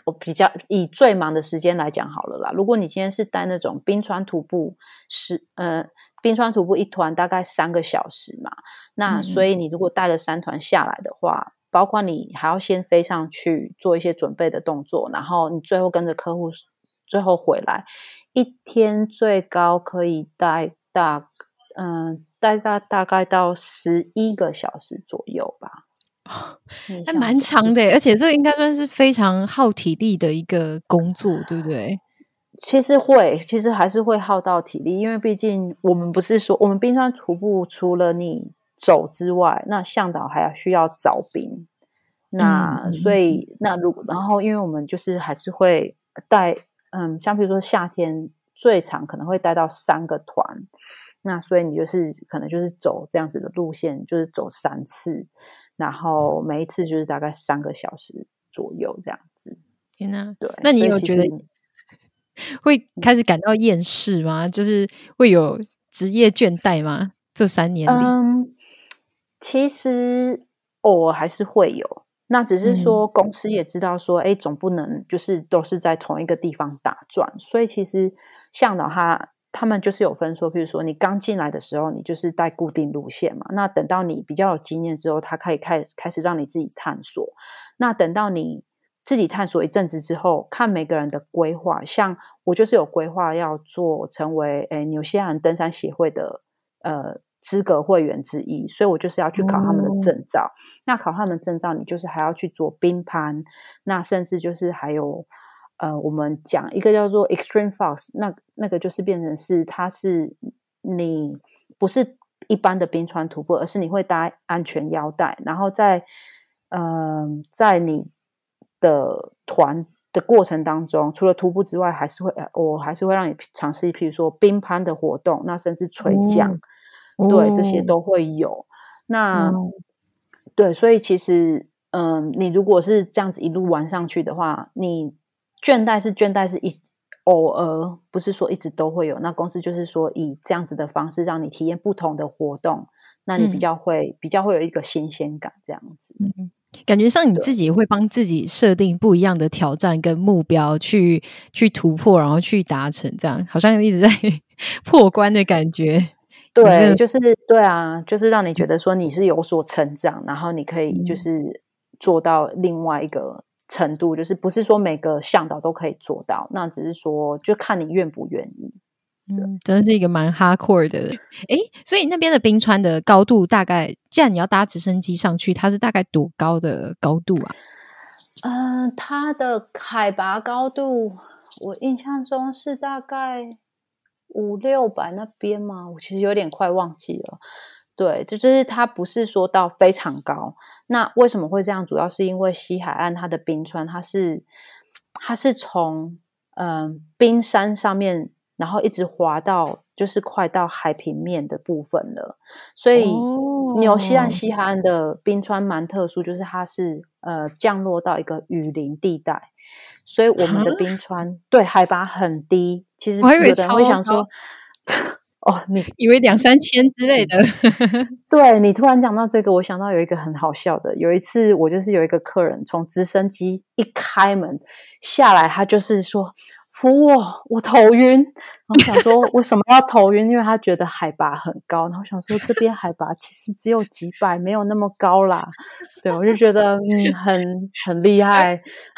我比较以最忙的时间来讲好了啦。如果你今天是带那种冰川徒步，是呃冰川徒步一团大概三个小时嘛，那所以你如果带了三团下来的话，包括你还要先飞上去做一些准备的动作，然后你最后跟着客户最后回来，一天最高可以带大嗯带大大概到十一个小时左右吧。 还蛮长的耶，而且这个应该算是非常耗体力的一个工作，对不对？ 其实会，其实还是会耗到体力，因为毕竟我们不是说我们冰川徒步除了你走之外，那向导还要需要找冰，那、嗯、所以那如然后因为我们就是还是会带，嗯，像比如说夏天最长可能会带到三个团，那所以你就是可能就是走这样子的路线，就是走三次。然后每一次就是大概三个小时左右这样子。 天哪！ 对， 那你有觉得会开始感到厌世吗？就是会有职业倦怠吗？这三年里， 嗯，其实偶尔还是会有。那只是说公司也知道说，哎、嗯，总不能就是都是在同一个地方打转，所以其实向导他。他们就是有分说，比如说你刚进来的时候，你就是带固定路线嘛。那等到你比较有经验之后，他可以开始开始让你自己探索。那等到你自己探索一阵子之后，看每个人的规划。像我就是有规划要做成为诶纽西兰登山协会的呃资格会员之一，所以我就是要去考他们的证照。哦、那考他们证照，你就是还要去做冰攀，那甚至就是还有。呃，我们讲一个叫做 Extreme Fox， 那那个就是变成是它是你不是一般的冰川徒步，而是你会搭安全腰带，然后在呃在你的团的过程当中，除了徒步之外，还是会我还是会让你尝试，譬如说冰攀的活动，那甚至垂降，哦、对，这些都会有。那、哦、对，所以其实嗯、呃，你如果是这样子一路玩上去的话，你倦怠是倦怠是一偶尔，不是说一直都会有。那公司就是说以这样子的方式让你体验不同的活动，那你比较会、嗯、比较会有一个新鲜感这样子。 嗯，感觉上你自己会帮自己设定不一样的挑战跟目标去去突破，然后去达成，这样好像一直在破关的感觉。 对，就是对啊，就是让你觉得说你是有所成长，然后你可以就是做到另外一个程度，就是不是说每个向导都可以做到，那只是说就看你愿不愿意。 嗯，真的是一个蛮 hardcore 的。诶，所以那边的冰川的高度大概，既然你要搭直升机上去，它是大概多高的高度啊？ 嗯、呃，它的海拔高度我印象中是大概五六百那边嘛，我其实有点快忘记了。对，就是它不是说到非常高。那为什么会这样？主要是因为西海岸它的冰川，它是它是从嗯、呃、冰山上面，然后一直滑到就是快到海平面的部分了。所以纽西兰西海岸的冰川蛮特殊，就是它是呃降落到一个雨林地带。所以我们的冰川对海拔很低，其实有的人会想说，哦，你以为两三千之类的。 对，你突然讲到这个，我想到有一个很好笑的。有一次，我就是有一个客人从直升机一开门下来，他就是说扶我，我头晕。然后想说为什么要头晕？因为他觉得海拔很高。然后想说这边海拔其实只有几百，没有那么高啦。对，我就觉得嗯，很很厉害。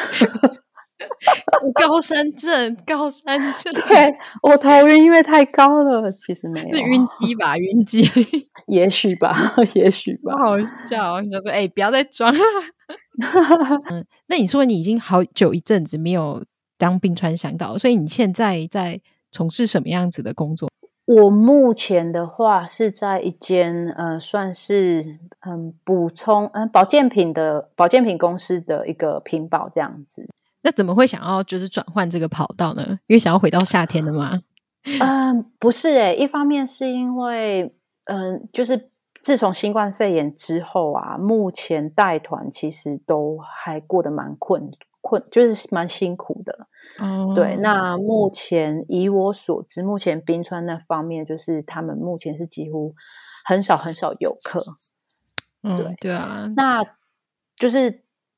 高山症，高山症。 对，我头晕，因为太高了。其实没有， 是晕机吧？晕机， 也许吧，也许吧。 好笑，想说，哎、欸，不要再装了。嗯，那你说你已经好久一阵子没有当冰川向导，所以你现在在从事什么样子的工作？ 我目前的话是在一间呃，算是嗯补充嗯保健品的保健品公司的一个品保这样子。 那怎么会想要就是转换这个跑道呢？因为想要回到夏天的吗？ 嗯，不是诶、欸，一方面是因为嗯，就是自从新冠肺炎之后啊，目前带团其实都还过得蛮困困，就是蛮辛苦的。哦，对，那目前以我所知，目前冰川那方面，就是他们目前是几乎很少很少游客。 嗯，对啊， 那就是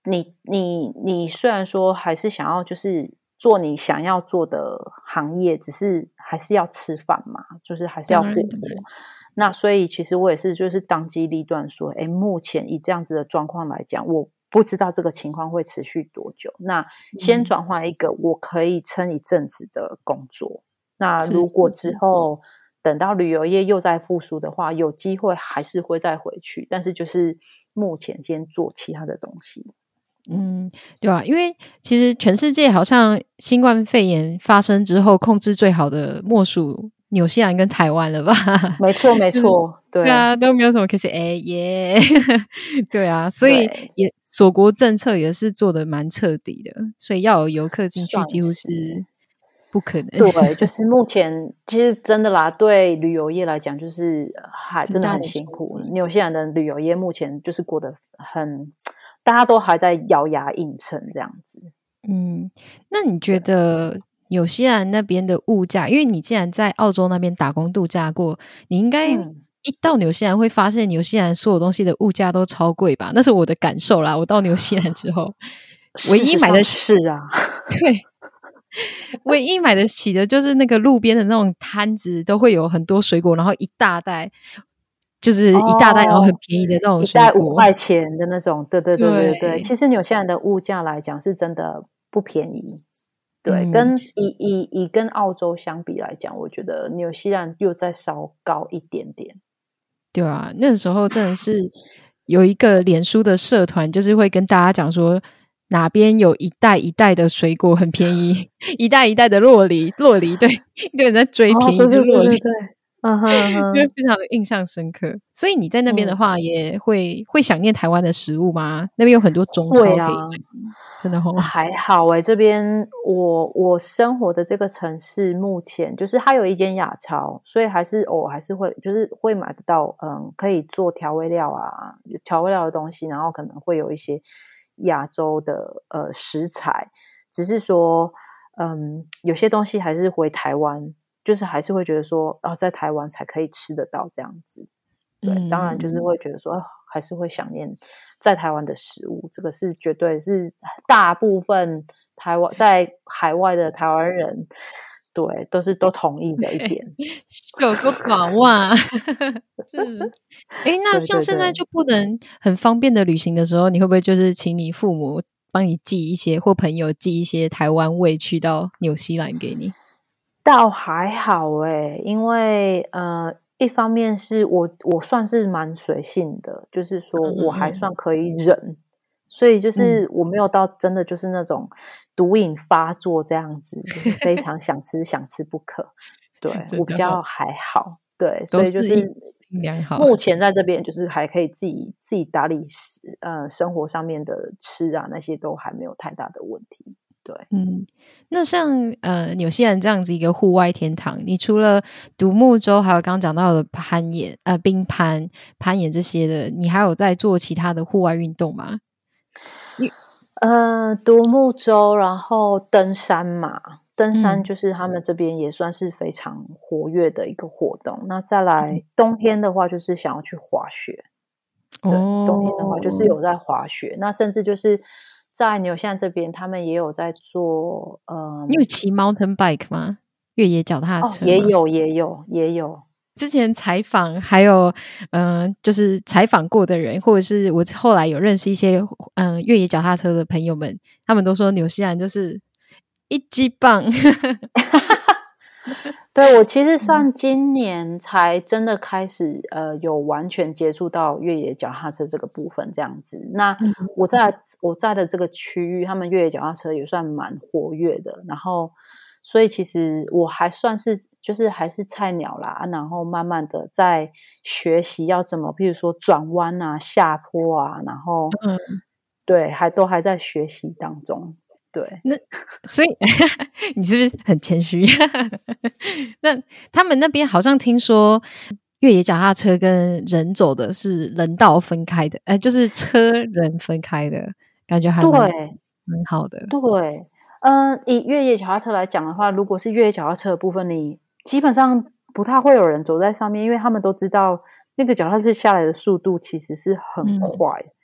你你你虽然说还是想要就是做你想要做的行业，只是还是要吃饭嘛，就是还是要活活。那所以其实我也是就是当机立断说，诶，目前以这样子的状况来讲，我不知道这个情况会持续多久，那先转换一个我可以撑一阵子的工作。那如果之后等到旅游业又再复苏的话，有机会还是会再回去，但是就是目前先做其他的东西。 嗯，对啊，因为其实全世界好像新冠肺炎发生之后控制最好的莫属纽西兰跟台湾了吧？ 没错没错，对对啊，都没有什么 case， 哎耶，对啊，所以也锁国政策也是做得蛮彻底的，所以要有游客进去几乎是不可能。 对，就是目前其实真的啦，对旅游业来讲，就是还真的很辛苦。纽西兰的旅游业目前就是过得很，大家都还在咬牙硬撑这样子。 嗯，那你觉得纽西兰那边的物价，因为你既然在澳洲那边打工度假过，你应该一到纽西兰会发现纽西兰所有东西的物价都超贵吧？那是我的感受啦。我到纽西兰之后，唯一买的是啊， 对，唯一买得起的就是那个路边的那种摊子，都会有很多水果，然后一大袋。就是一大袋然后很便宜的那种水果， 一袋五块钱的那种，对对对对对。其实纽西兰的物价来讲是真的不便宜，对，嗯、跟以以以跟澳洲相比来讲，我觉得纽西兰又再稍高一点点。 对啊，那时候真的是有一个脸书的社团，就是会跟大家讲说哪边有一袋一袋的水果很便宜，一袋一袋的酪梨，酪梨对，一个人在追便宜的酪梨。哦，对对对对对嗯哼嗯哼， 因为非常印象深刻，所以你在那边的话也会、嗯、会想念台湾的食物吗？那边有很多中超可以买、啊、真的、哦、 还好诶、欸、这边我我生活的这个城市目前就是它有一间亚超，所以还是偶尔还是会就是会买得到嗯可以做调味料啊调味料的东西，然后可能会有一些亚洲的呃食材，只是说嗯有些东西还是回台湾。就是还是会觉得说，哦，在台湾才可以吃得到这样子，对，嗯、当然就是会觉得说、哦，还是会想念在台湾的食物，这个是绝对是大部分台湾在海外的台湾人，对，都是都同意的一点。 有个广哇，是，哎，那像现在就不能很方便的旅行的时候，你会不会就是请你父母帮你寄一些，或朋友寄一些台湾味去到纽西兰给你？ 倒还好诶，因为呃，一方面是我我算是蛮随性的，就是说我还算可以忍，嗯嗯所以就是我没有到真的就是那种毒瘾发作这样子，就是非常想吃想吃不可。对我比较还好，对，所以就是目前在这边就是还可以自己自己打理呃生活上面的吃啊那些都还没有太大的问题。对， 嗯，那像呃纽西兰这样子一个户外天堂，你除了独木舟，还有刚刚讲到的攀岩、呃冰攀、攀岩这些的，你还有在做其他的户外运动吗？ 呃，独木舟，然后登山嘛，登山就是他们这边也算是非常活跃的一个活动。嗯、那再来冬天的话，就是想要去滑雪。对，哦、冬天的话就是有在滑雪，那甚至就是。在纽西兰这边，他们也有在做，呃， 你有骑 mountain bike 吗？越野脚踏车、 哦？也有，也有，也有。 之前采访还有，嗯、呃，就是采访过的人，或者是我后来有认识一些，嗯、呃，越野脚踏车的朋友们，他们都说纽西兰就是一级棒。 对，我其实算今年才真的开始呃有完全接触到越野脚踏车这个部分这样子。那我在我在的这个区域，他们越野脚踏车也算蛮活跃的。然后，所以其实我还算是就是还是菜鸟啦，然后慢慢的在学习要怎么，譬如说转弯啊、下坡啊，然后嗯，对，还都还在学习当中。对， 那所以你是不是很谦虚？那他们那边好像听说越野脚踏车跟人走的是人道分开的，呃，就是车人分开的感觉还蛮蛮好的。 对，嗯、呃，以越野脚踏车来讲的话，如果是越野脚踏车的部分，你基本上不太会有人走在上面，因为他们都知道那个脚踏车下来的速度其实是很快。嗯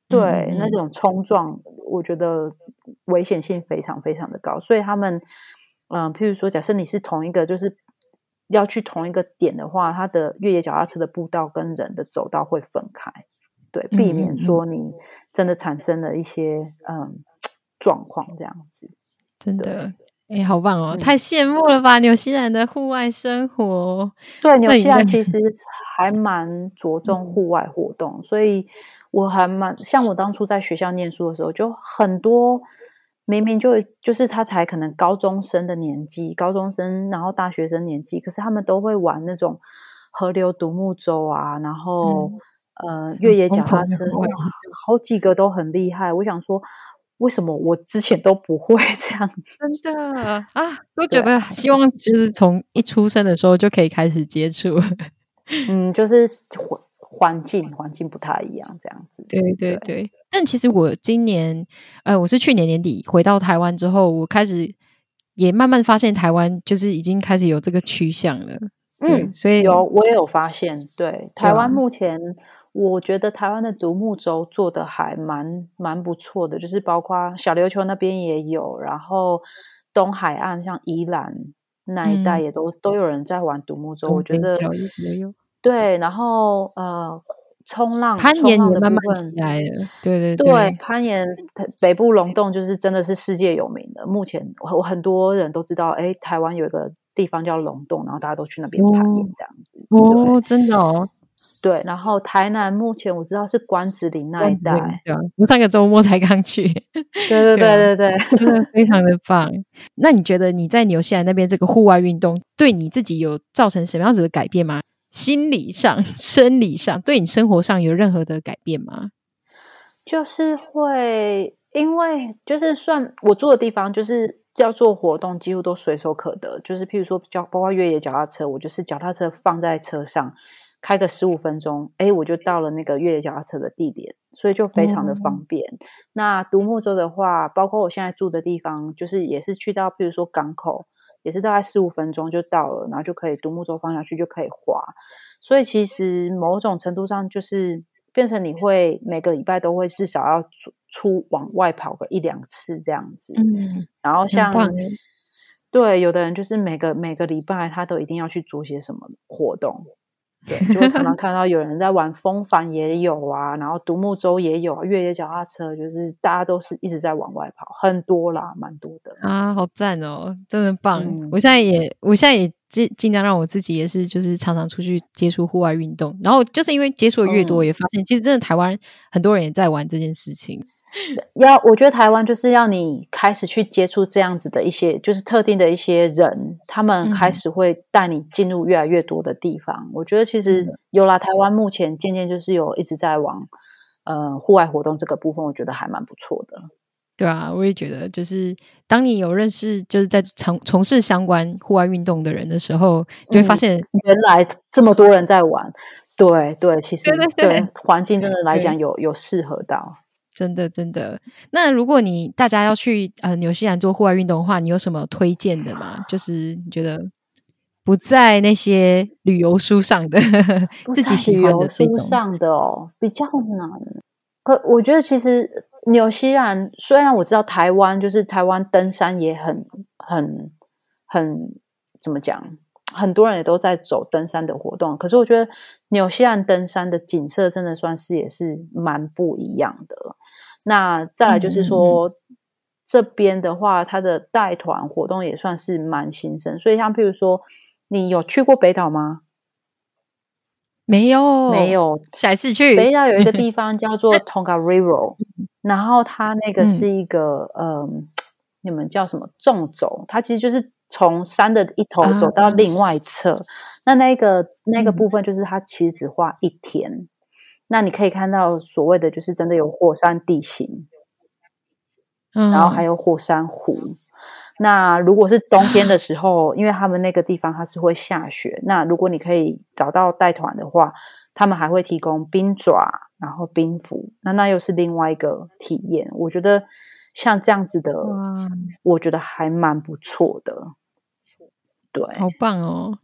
对， 嗯嗯那种冲撞我觉得危险性非常非常的高，所以他们嗯、呃譬如说假设你是同一个就是要去同一个点的话，它的越野脚踏车的步道跟人的走道会分开，对， 嗯避免嗯嗯， 说你真的产生了一些嗯状况这样子。对， 真的，哎，好棒哦， 嗯， 太羡慕了吧，纽西兰的户外生活。 对，纽西那你那兰其实还蛮着重嗯户外活动，所以我还蛮像我当初在学校念书的时候，就很多明明就就是他才可能高中生的年纪，高中生然后大学生年纪，可是他们都会玩那种河流独木舟啊，然后嗯， 呃越很野脚疯狂的踏车，哇， 户外运动。 好几个都很厉害。我想说，为什么我之前都不会这样子？ 真的啊，都觉对啊， 得希望就是从一出生的时候就可以开始接触。 嗯，就是环环境环境不太一样，这样子。 对对对， 对，但其实我今年，呃，我是去年年底回到台湾之后，我开始也慢慢发现台湾就是已经开始有这个趋向了。对， 嗯， 所以有，我也有发现，对，台对啊， 湾目前我觉得台湾的独木舟做的还蛮蛮不错的，就是包括小琉球那边也有，然后东海岸像宜兰那一带嗯， 也都都有人在玩独木舟，我东觉得北角也也有， 对，然后呃，冲浪攀冲浪的岩也慢慢部分， 起来了。对对对， 对， 攀岩，它北部龙洞就是真的是世界有名的。目前我我很多人都知道，诶，台湾有一个地方叫龙洞，然后大家都去那边攀岩哦这样子。对哦，真的哦， 对，然后台南目前我知道是关子岭那一关子岭， 带。 对啊，我上个周末才刚去。 对对对啊， 对对对。 真的非常的棒。那你觉得你在纽西兰那边这个户外运动，对你自己有造成什么样子的改变吗？心理上、生理上，对你生活上有任何的改变吗？ 就是会，因为就是算我住的地方，就是要做活动，几乎都随手可得。就是譬如说，脚包括越野脚踏车，我就是脚踏车放在车上，开个十五分钟，诶，我就到了那个越野脚踏车的地点，所以就非常的哦， 方便。那独木舟的话，包括我现在住的地方，就是也是去到譬如说港口，也是大概十五分钟就到了，然后就可以独木舟放下去就可以滑。所以其实某种程度上就是变成你会每个礼拜都会至少要出出往外跑个一两次这样子。 嗯， 然后像很棒耶。 对，有的人就是每个每个礼拜他都一定要去做些什么活动。对，就会常常看到有人在玩风帆也有啊，然后独木舟也有啊，越野脚踏车，就是大家都是一直在往外跑，很多啦，蛮多的。 啊，好赞哦，真的棒！ 嗯我现在也，我现在也尽尽量让我自己也是，就是常常出去接触户外运动。然后就是因为接触的越多， 嗯。 也发现其实真的台湾很多人也在玩这件事情。 要我觉得台湾就是要你开始去接触这样子的一些，就是特定的一些人，他们开嗯， 始会带你进入越来越多的地方。我觉得其实真的。 有啦，台湾目前渐渐就是有一直在往呃户外活动这个部分，我觉得还蛮不错的。 对啊，我也觉得，就是当你有认识就是在从从事相关户外运动的人的时候，你就会发嗯， 现， 原来这么多人在玩，对对，其对实对对对环境真的来对， 讲有有适合到。 真的真的。那如果你大家要去呃纽西兰做户外运动的话，你有什么推荐的吗？就是你觉得不在那些旅游书上的不自己喜欢在旅游的这种， 书上的哦，比较难。可我觉得其实纽西兰，虽然我知道台湾就是台湾登山也很很很怎么讲，很多人也都在走登山的活动，可是我觉得纽西兰登山的景色真的算是也是蛮不一样的。那再来嗯就是嗯嗯， 说，这边的话，它的带团活动也算是蛮兴盛，所以像譬如说，你有去过北岛吗？ 没有， 没有， 下一次去， 北岛有一个地方叫做 Tongariro，然后它那个嗯是一个呃，你们叫什么纵走？它其实就是从山的一头啊， 走到另外一侧。那那个那个嗯部分就是它其实只花一天，那你可以看到所谓的就是真的有火山地形，然后还嗯， 有火山湖。那如果是冬天的时候，因为他们那个地方它是会下雪，那如果你可以找到带团的话，他们还会提供冰爪，然后冰斧，那那又是另外一个体验。我觉得像这样子的， 哇， 我觉得还蛮不错的。对好棒哦！ 对，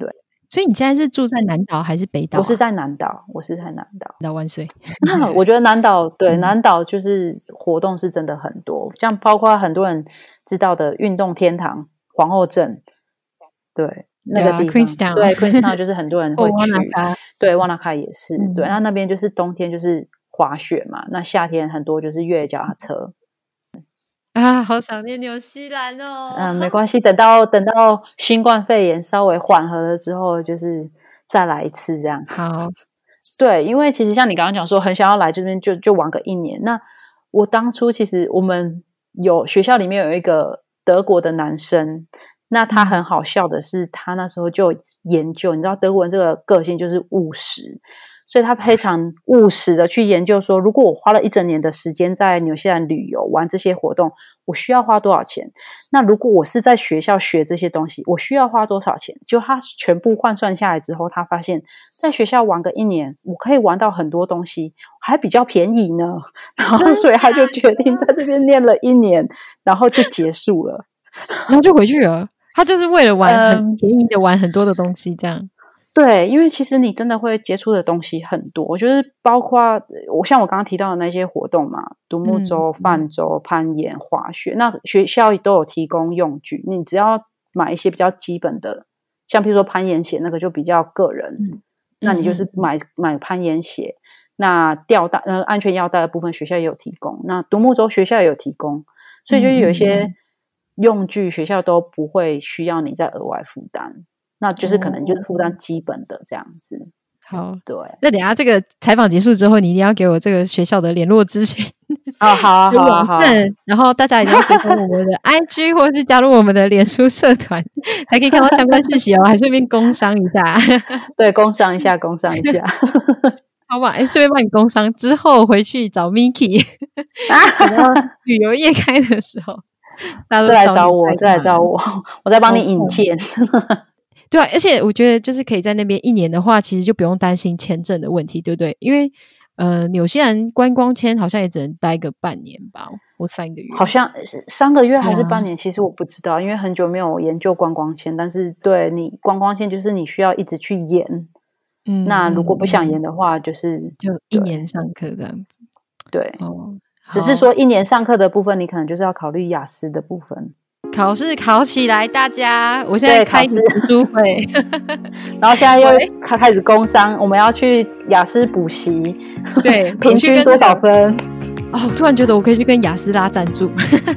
所以你现在是住在南岛还是北岛、啊？ 我是在南岛，我是在南岛。 南岛万岁！ 我觉得南岛对、 嗯、 南岛就是活动是真的很多，像包括很多人知道的运动天堂皇后镇，对那个地方， Queenstown 对 Queenstown 就是很多人会去， 哦、 对瓦纳卡也是、 嗯、 对，那那边就是冬天就是滑雪嘛，那夏天很多就是越野脚踏车。 啊，好想念纽西兰哦！ 嗯，没关系，等到等到新冠肺炎稍微缓和了之后，就是再来一次这样。 好， 对，因为其实像你刚刚讲说，很想要来这边就就玩个一年。那我当初其实我们有学校里面有一个德国的男生，那他很好笑的是，他那时候就研究，你知道德国人这个个性就是务实。所以他非常务实的去研究说，如果我花了一整年的时间在纽西兰旅游玩这些活动，我需要花多少钱？那如果我是在学校学这些东西，我需要花多少钱？就他全部换算下来之后，他发现在学校玩个一年，我可以玩到很多东西，还比较便宜呢。然后所以他就决定在这边念了一年，然后就结束了， 然后就回去了。他就是为了玩很便宜的玩很多的东西这样。嗯， 对，因为其实你真的会接触的东西很多，就是包括我像我刚刚提到的那些活动嘛，独木舟、泛舟、攀岩、滑雪，那学校都有提供用具，你只要买一些比较基本的，像比如说攀岩鞋，那个就比较个人，嗯、那你就是买买攀岩鞋。那吊带、呃安全腰带的部分，学校也有提供。那独木舟学校也有提供，所以就有一些用具，学校都不会需要你再额外负担。那就是可能就是负担基本的这样子。 好， 对。 那等一下这个采访结束之后，你一定要给我这个学校的联络资讯。 哦，好啊，好啊，好啊。 然后大家一定要追踪我们的 I G 或是加入我们的脸书社团，才可以看到相关讯息哦。还顺便工商一下。 对，工商一下，工商一下。 好吧，哎，顺便帮你工商，之后回去找 Miki， 然后旅游业开的时候，大家都再来找我，再来找我，我再帮你引荐。 对啊，而且我觉得就是可以在那边一年的话，其实就不用担心签证的问题，对不对？因为呃，纽西兰观光签好像也只能待个半年吧，或三个月， 好像三个月还是半年，嗯、其实我不知道，因为很久没有研究观光签。但是对你观光签，就是你需要一直去延。嗯，那如果不想延的话，就是就一年上课这样子。 对，哦，只是说一年上课的部分，你可能就是要考虑雅思的部分。 考试考起来，大家！我现在开始读书会， 然后现在又开开始工商，我们要去雅思补习， 对， 平均多少分？ 哦，突然觉得我可以去跟雅思拉赞助，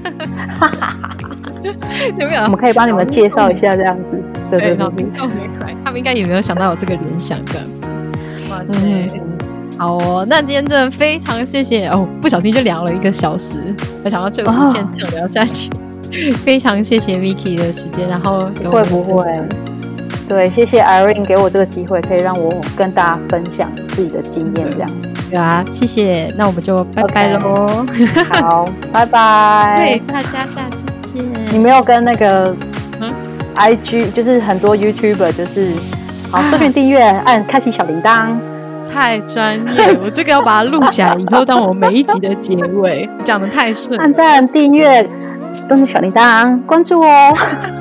有没有？ 我们可以帮你们介绍一下这样子，对对对， 他们应该有没有想到有这个联想这样子？哇塞！嗯，好哦，那今天真的非常谢谢哦，不小心就聊了一个小时，没想到这个无限畅聊下去。非常谢谢 Miki 的时间，然后不会不会，对，谢谢 Irene 给我这个机会，可以让我跟大家分享自己的经验，这样。 对啊，谢谢，那我们就拜拜喽。 Okay. 好，拜拜。 对，大家下次见。 你没有跟那个嗯 I G， 就是很多 YouTuber 就是好搜寻订阅，按开启小铃铛。 太专业了，我这个要把它录起来，以后当我每一集的结尾，讲得太顺。 按赞、订阅、动动小铃铛，关注哦。